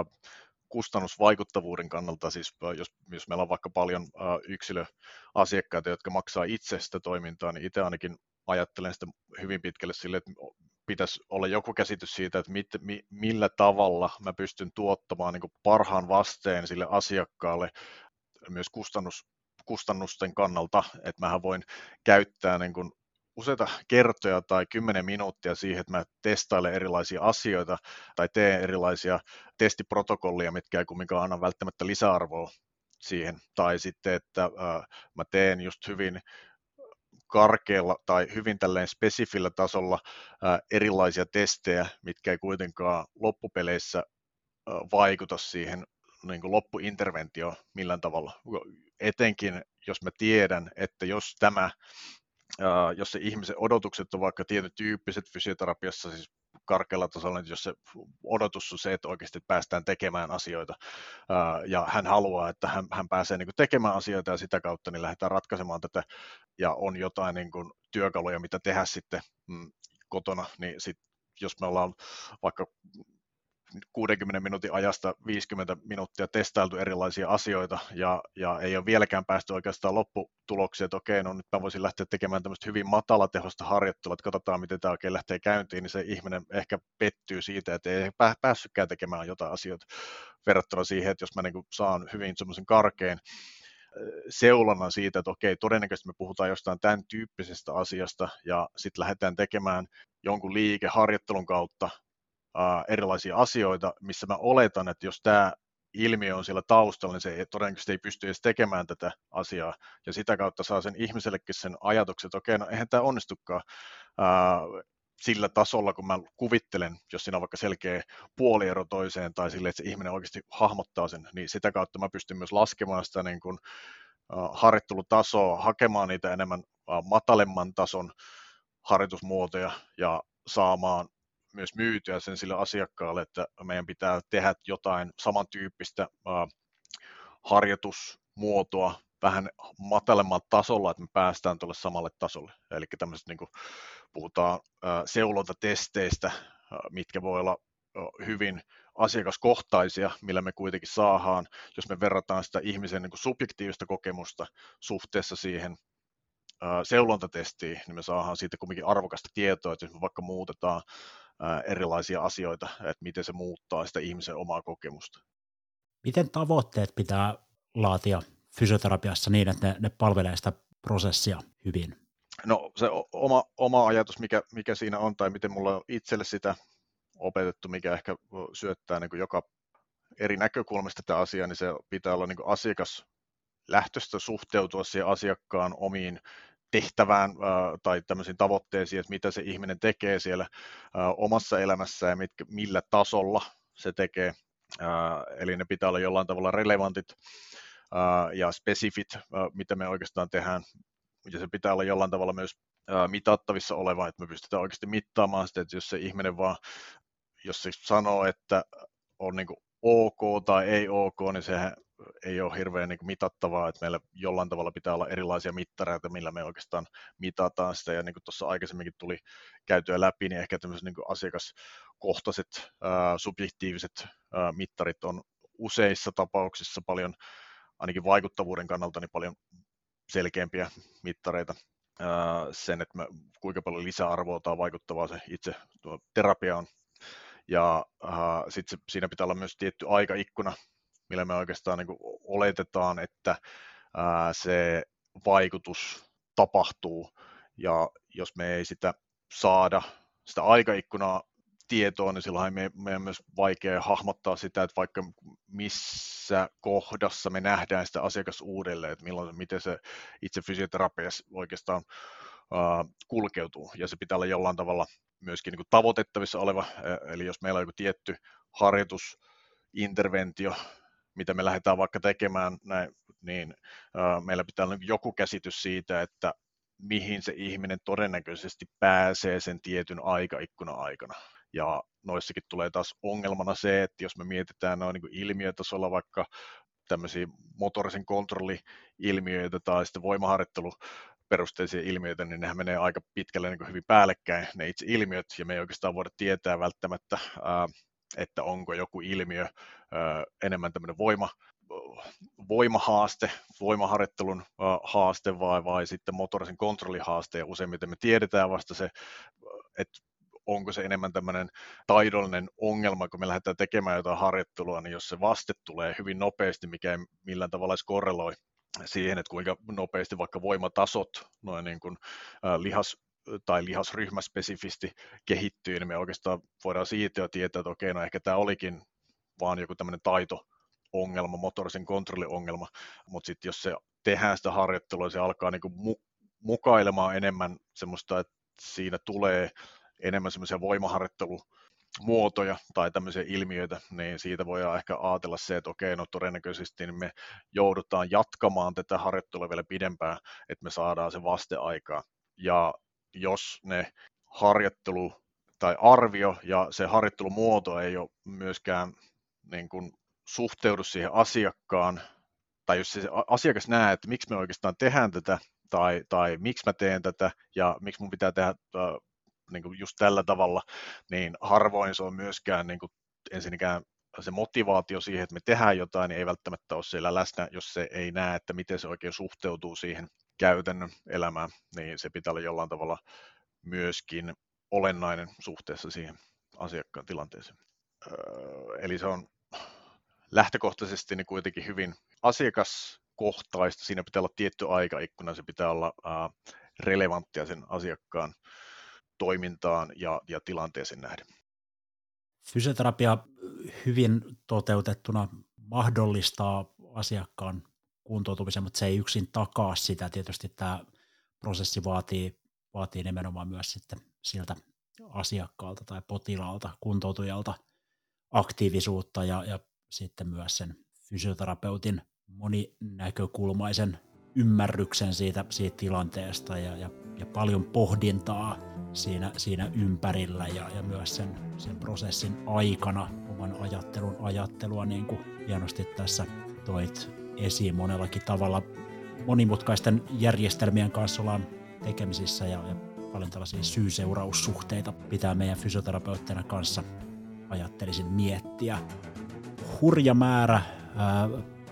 kustannusvaikuttavuuden kannalta, siis jos, jos meillä on vaikka paljon äh, yksilöasiakkaita, jotka maksaa itse sitä toimintaa, niin itse ainakin ajattelen sitä hyvin pitkälle sille, että pitäisi olla joku käsitys siitä, että mit, mi, millä tavalla mä pystyn tuottamaan niin kuin parhaan vasteen sille asiakkaalle myös kustannus, kustannusten kannalta, että mähän voin käyttää niin kuin useita kertoja tai kymmenen minuuttia siihen, että mä testailen erilaisia asioita tai teen erilaisia testiprotokollia, mitkä ei kumminkaan anna välttämättä lisäarvoa siihen, tai sitten, että äh, mä teen just hyvin karkealla tai hyvin tälleen spesifillä tasolla äh, erilaisia testejä, mitkä ei kuitenkaan loppupeleissä äh, vaikuta siihen niin kuin loppuinterventioon millään tavalla. Etenkin jos mä tiedän, että jos tämä Uh, jos se ihmisen odotukset on vaikka tietyn tyyppiset fysioterapiassa, siis karkealla tasolla, niin jos se odotus on se, että oikeasti päästään tekemään asioita uh, ja hän haluaa, että hän, hän pääsee niin kuin tekemään asioita ja sitä kautta niin lähdetään ratkaisemaan tätä ja on jotain niin kuin työkaluja, mitä tehdä sitten mm, kotona, niin sit, jos me ollaan vaikka kuudenkymmenen minuutin ajasta viisikymmentä minuuttia testailtu erilaisia asioita ja, ja ei ole vieläkään päästy oikeastaan lopputulokseen, että okei, no nyt mä voisin lähteä tekemään tämmöistä hyvin matalatehosta harjoittelua, että katsotaan, miten tämä oikein lähtee käyntiin, niin se ihminen ehkä pettyy siitä, että ei päässytkään tekemään jotain asioita verrattuna siihen, että jos mä niin kuin saan hyvin semmoisen karkean seulonnan siitä, että okei, todennäköisesti me puhutaan jostain tämän tyyppisestä asiasta ja sitten lähdetään tekemään jonkun liikeharjoittelun kautta Uh, erilaisia asioita, missä mä oletan, että jos tämä ilmiö on siellä taustalla, niin se ei, todennäköisesti ei pysty edes tekemään tätä asiaa, ja sitä kautta saa sen ihmisellekin sen ajatuksen, että okei, no eihän tämä onnistukaan uh, sillä tasolla, kun mä kuvittelen, jos siinä on vaikka selkeä puoliero toiseen, tai sille, että se ihminen oikeasti hahmottaa sen, niin sitä kautta mä pystyn myös laskemaan sitä niin kuin, uh, harjoittelutasoa, hakemaan niitä enemmän uh, matalemman tason harjoitusmuotoja, ja saamaan myös myytyä sen sille asiakkaalle, että meidän pitää tehdä jotain samantyyppistä uh, harjoitusmuotoa vähän matalemmalla tasolla, että me päästään tuolle samalle tasolle. Eli tämmöiset niin kuin puhutaan uh, seulontatesteistä, uh, mitkä voi olla uh, hyvin asiakaskohtaisia, millä me kuitenkin saadaan, jos me verrataan sitä ihmisen niin kuin subjektiivista kokemusta suhteessa siihen uh, seulontatestiin, niin me saadaan siitä kuitenkin arvokasta tietoa, että jos me vaikka muutetaan erilaisia asioita, että miten se muuttaa sitä ihmisen omaa kokemusta. Miten tavoitteet pitää laatia fysioterapiassa niin, että ne, ne palvelee sitä prosessia hyvin? No se oma, oma ajatus, mikä, mikä siinä on, tai miten mulla on itselle sitä opetettu, mikä ehkä syöttää niin kuin joka eri näkökulmasta tätä asiaa, niin se pitää olla niin kuin asiakaslähtöistä suhteutua siihen asiakkaan omiin tehtävään äh, tai tämmöisiin tavoitteisiin, että mitä se ihminen tekee siellä äh, omassa elämässään ja mitkä, millä tasolla se tekee. Äh, eli ne pitää olla jollain tavalla relevantit äh, ja spesifit, äh, mitä me oikeastaan tehdään. Ja se pitää olla jollain tavalla myös äh, mitattavissa oleva, että me pystytään oikeasti mittaamaan sitä, että jos se ihminen vaan, jos se sanoo, että on niin kuin ok tai ei ok, niin sehän ei ole hirveän niin kuin mitattavaa, että meillä jollain tavalla pitää olla erilaisia mittareita, millä me oikeastaan mitataan sitä, ja niin kuin tuossa aikaisemminkin tuli käytyä läpi, niin ehkä tämmöiset niin kuin asiakaskohtaiset, ää, subjektiiviset ää, mittarit on useissa tapauksissa paljon, ainakin vaikuttavuuden kannalta, niin paljon selkeämpiä mittareita sen, että me, kuinka paljon lisäarvoa tai vaikuttavaa se itse terapia on. Ja äh, sitten siinä pitää olla myös tietty aikaikkuna, millä me oikeastaan niin kuin oletetaan, että äh, se vaikutus tapahtuu. Ja jos me ei sitä saada, sitä aikaikkunaa tietoa, niin silloin me, meidän on myös vaikea hahmottaa sitä, että vaikka missä kohdassa me nähdään sitä asiakas uudelleen, että milloin, miten se itse fysioterapia oikeastaan uh, kulkeutuu, ja se pitää olla jollain tavalla myöskin niin kuin tavoitettavissa oleva, eli jos meillä on joku tietty harjoitus, interventio, mitä me lähdetään vaikka tekemään, näin, niin uh, meillä pitää olla joku käsitys siitä, että mihin se ihminen todennäköisesti pääsee sen tietyn aikaikkuna aikana. Ja noissakin tulee taas ongelmana se, että jos me mietitään noin niin kuin ilmiötasolla vaikka tämmöisiä motorisen kontrolli-ilmiöitä tai sitten voimaharjoitteluperusteisia ilmiöitä, niin nehän menee aika pitkälle niin kuin hyvin päällekkäin ne itse ilmiöt, ja me ei oikeastaan voida tietää välttämättä, ää, että onko joku ilmiö ää, enemmän tämmöinen voima, voimahaaste, voimaharjoittelun haaste vai, vai sitten motorisen kontrollihaaste, ja useimmiten me tiedetään vasta se, että onko se enemmän tämmöinen taidollinen ongelma, kun me lähdetään tekemään jotain harjoittelua, niin jos se vaste tulee hyvin nopeasti, mikä ei millään tavalla edes korreloi siihen, että kuinka nopeasti vaikka voimatasot noin niin kuin lihas tai lihasryhmäspesifisti kehittyy, niin me oikeastaan voidaan siitä jo tietää, että okei, no ehkä tämä olikin vaan joku tämmöinen taito-ongelma, motorisen kontrolliongelma, mutta sitten jos se tehdään sitä harjoittelua, se alkaa niin kuin mu- mukailemaan enemmän semmoista, että siinä tulee enemmän semmoisia voimaharjoittelumuotoja tai tämmöisiä ilmiöitä, niin siitä voidaan ehkä ajatella se, että okei, no todennäköisesti me joudutaan jatkamaan tätä harjoittelua vielä pidempään, että me saadaan se vasteaikaa. Ja jos ne harjoittelu tai arvio ja se harjoittelumuoto ei ole myöskään niin kuin suhteudu siihen asiakkaan, tai jos se asiakas näe, että miksi me oikeastaan tehdään tätä, tai, tai miksi mä teen tätä, ja miksi mun pitää tehdä äh, niin kuin just tällä tavalla, niin harvoin se on myöskään niin kuin ensinnäkään se motivaatio siihen, että me tehdään jotain, niin ei välttämättä ole siellä läsnä, jos se ei näe, että miten se oikein suhteutuu siihen käytännön elämään, niin se pitää olla jollain tavalla myöskin olennainen suhteessa siihen asiakkaan tilanteeseen. Öö, eli se on lähtökohtaisesti niin kuitenkin hyvin asiakaskohtaista, siinä pitää olla tietty aikaikkuna, se pitää olla ää, relevanttia sen asiakkaan toimintaan ja, ja tilanteeseen nähden. Fysioterapia hyvin toteutettuna mahdollistaa asiakkaan kuntoutumisen, mutta se ei yksin takaa sitä. Tietysti tämä prosessi vaatii, vaatii nimenomaan myös sitten siltä asiakkaalta tai potilaalta, kuntoutujalta aktiivisuutta ja, ja sitten myös sen fysioterapeutin moninäkökulmaisen ymmärryksen siitä, siitä tilanteesta ja, ja, ja paljon pohdintaa siinä, siinä ympärillä ja, ja myös sen, sen prosessin aikana oman ajattelun ajattelua, niin kuin hienosti tässä toit esiin monellakin tavalla. Monimutkaisten järjestelmien kanssa ollaan tekemisissä ja, ja paljon tällaisia syy-seuraussuhteita pitää meidän fysioterapeutteina kanssa, ajattelisin, miettiä. Hurja määrä ää,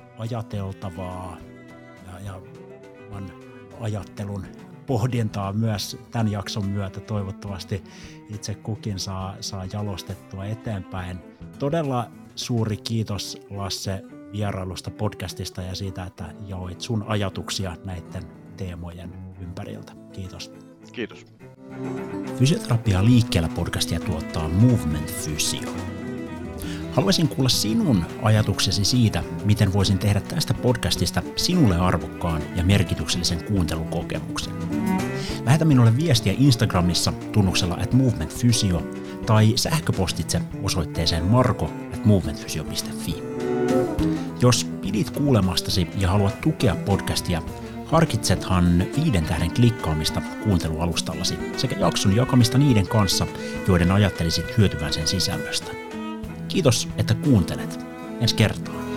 ajateltavaa ja, ja oman ajattelun pohdintaa myös tämän jakson myötä toivottavasti itse kukin saa, saa jalostettua eteenpäin. Todella suuri kiitos, Lasse, vierailusta podcastista ja siitä, että jaoit sun ajatuksia näiden teemojen ympäriltä. Kiitos. Kiitos. Fysioterapia liikkeellä podcastia tuottaa Movement Physio. Haluaisin kuulla sinun ajatuksesi siitä, miten voisin tehdä tästä podcastista sinulle arvokkaan ja merkityksellisen kuuntelukokemuksen. Lähetä minulle viestiä Instagramissa tunnuksella at movementphysio tai sähköpostitse osoitteeseen marko at movementphysio piste fi. Jos pidit kuulemastasi ja haluat tukea podcastia, harkitsethan viiden tähden klikkaamista kuuntelualustallasi sekä jakson jakamista niiden kanssa, joiden ajattelisit hyötyvän sen sisällöstä. Kiitos, että kuuntelet. Ensi kertaan.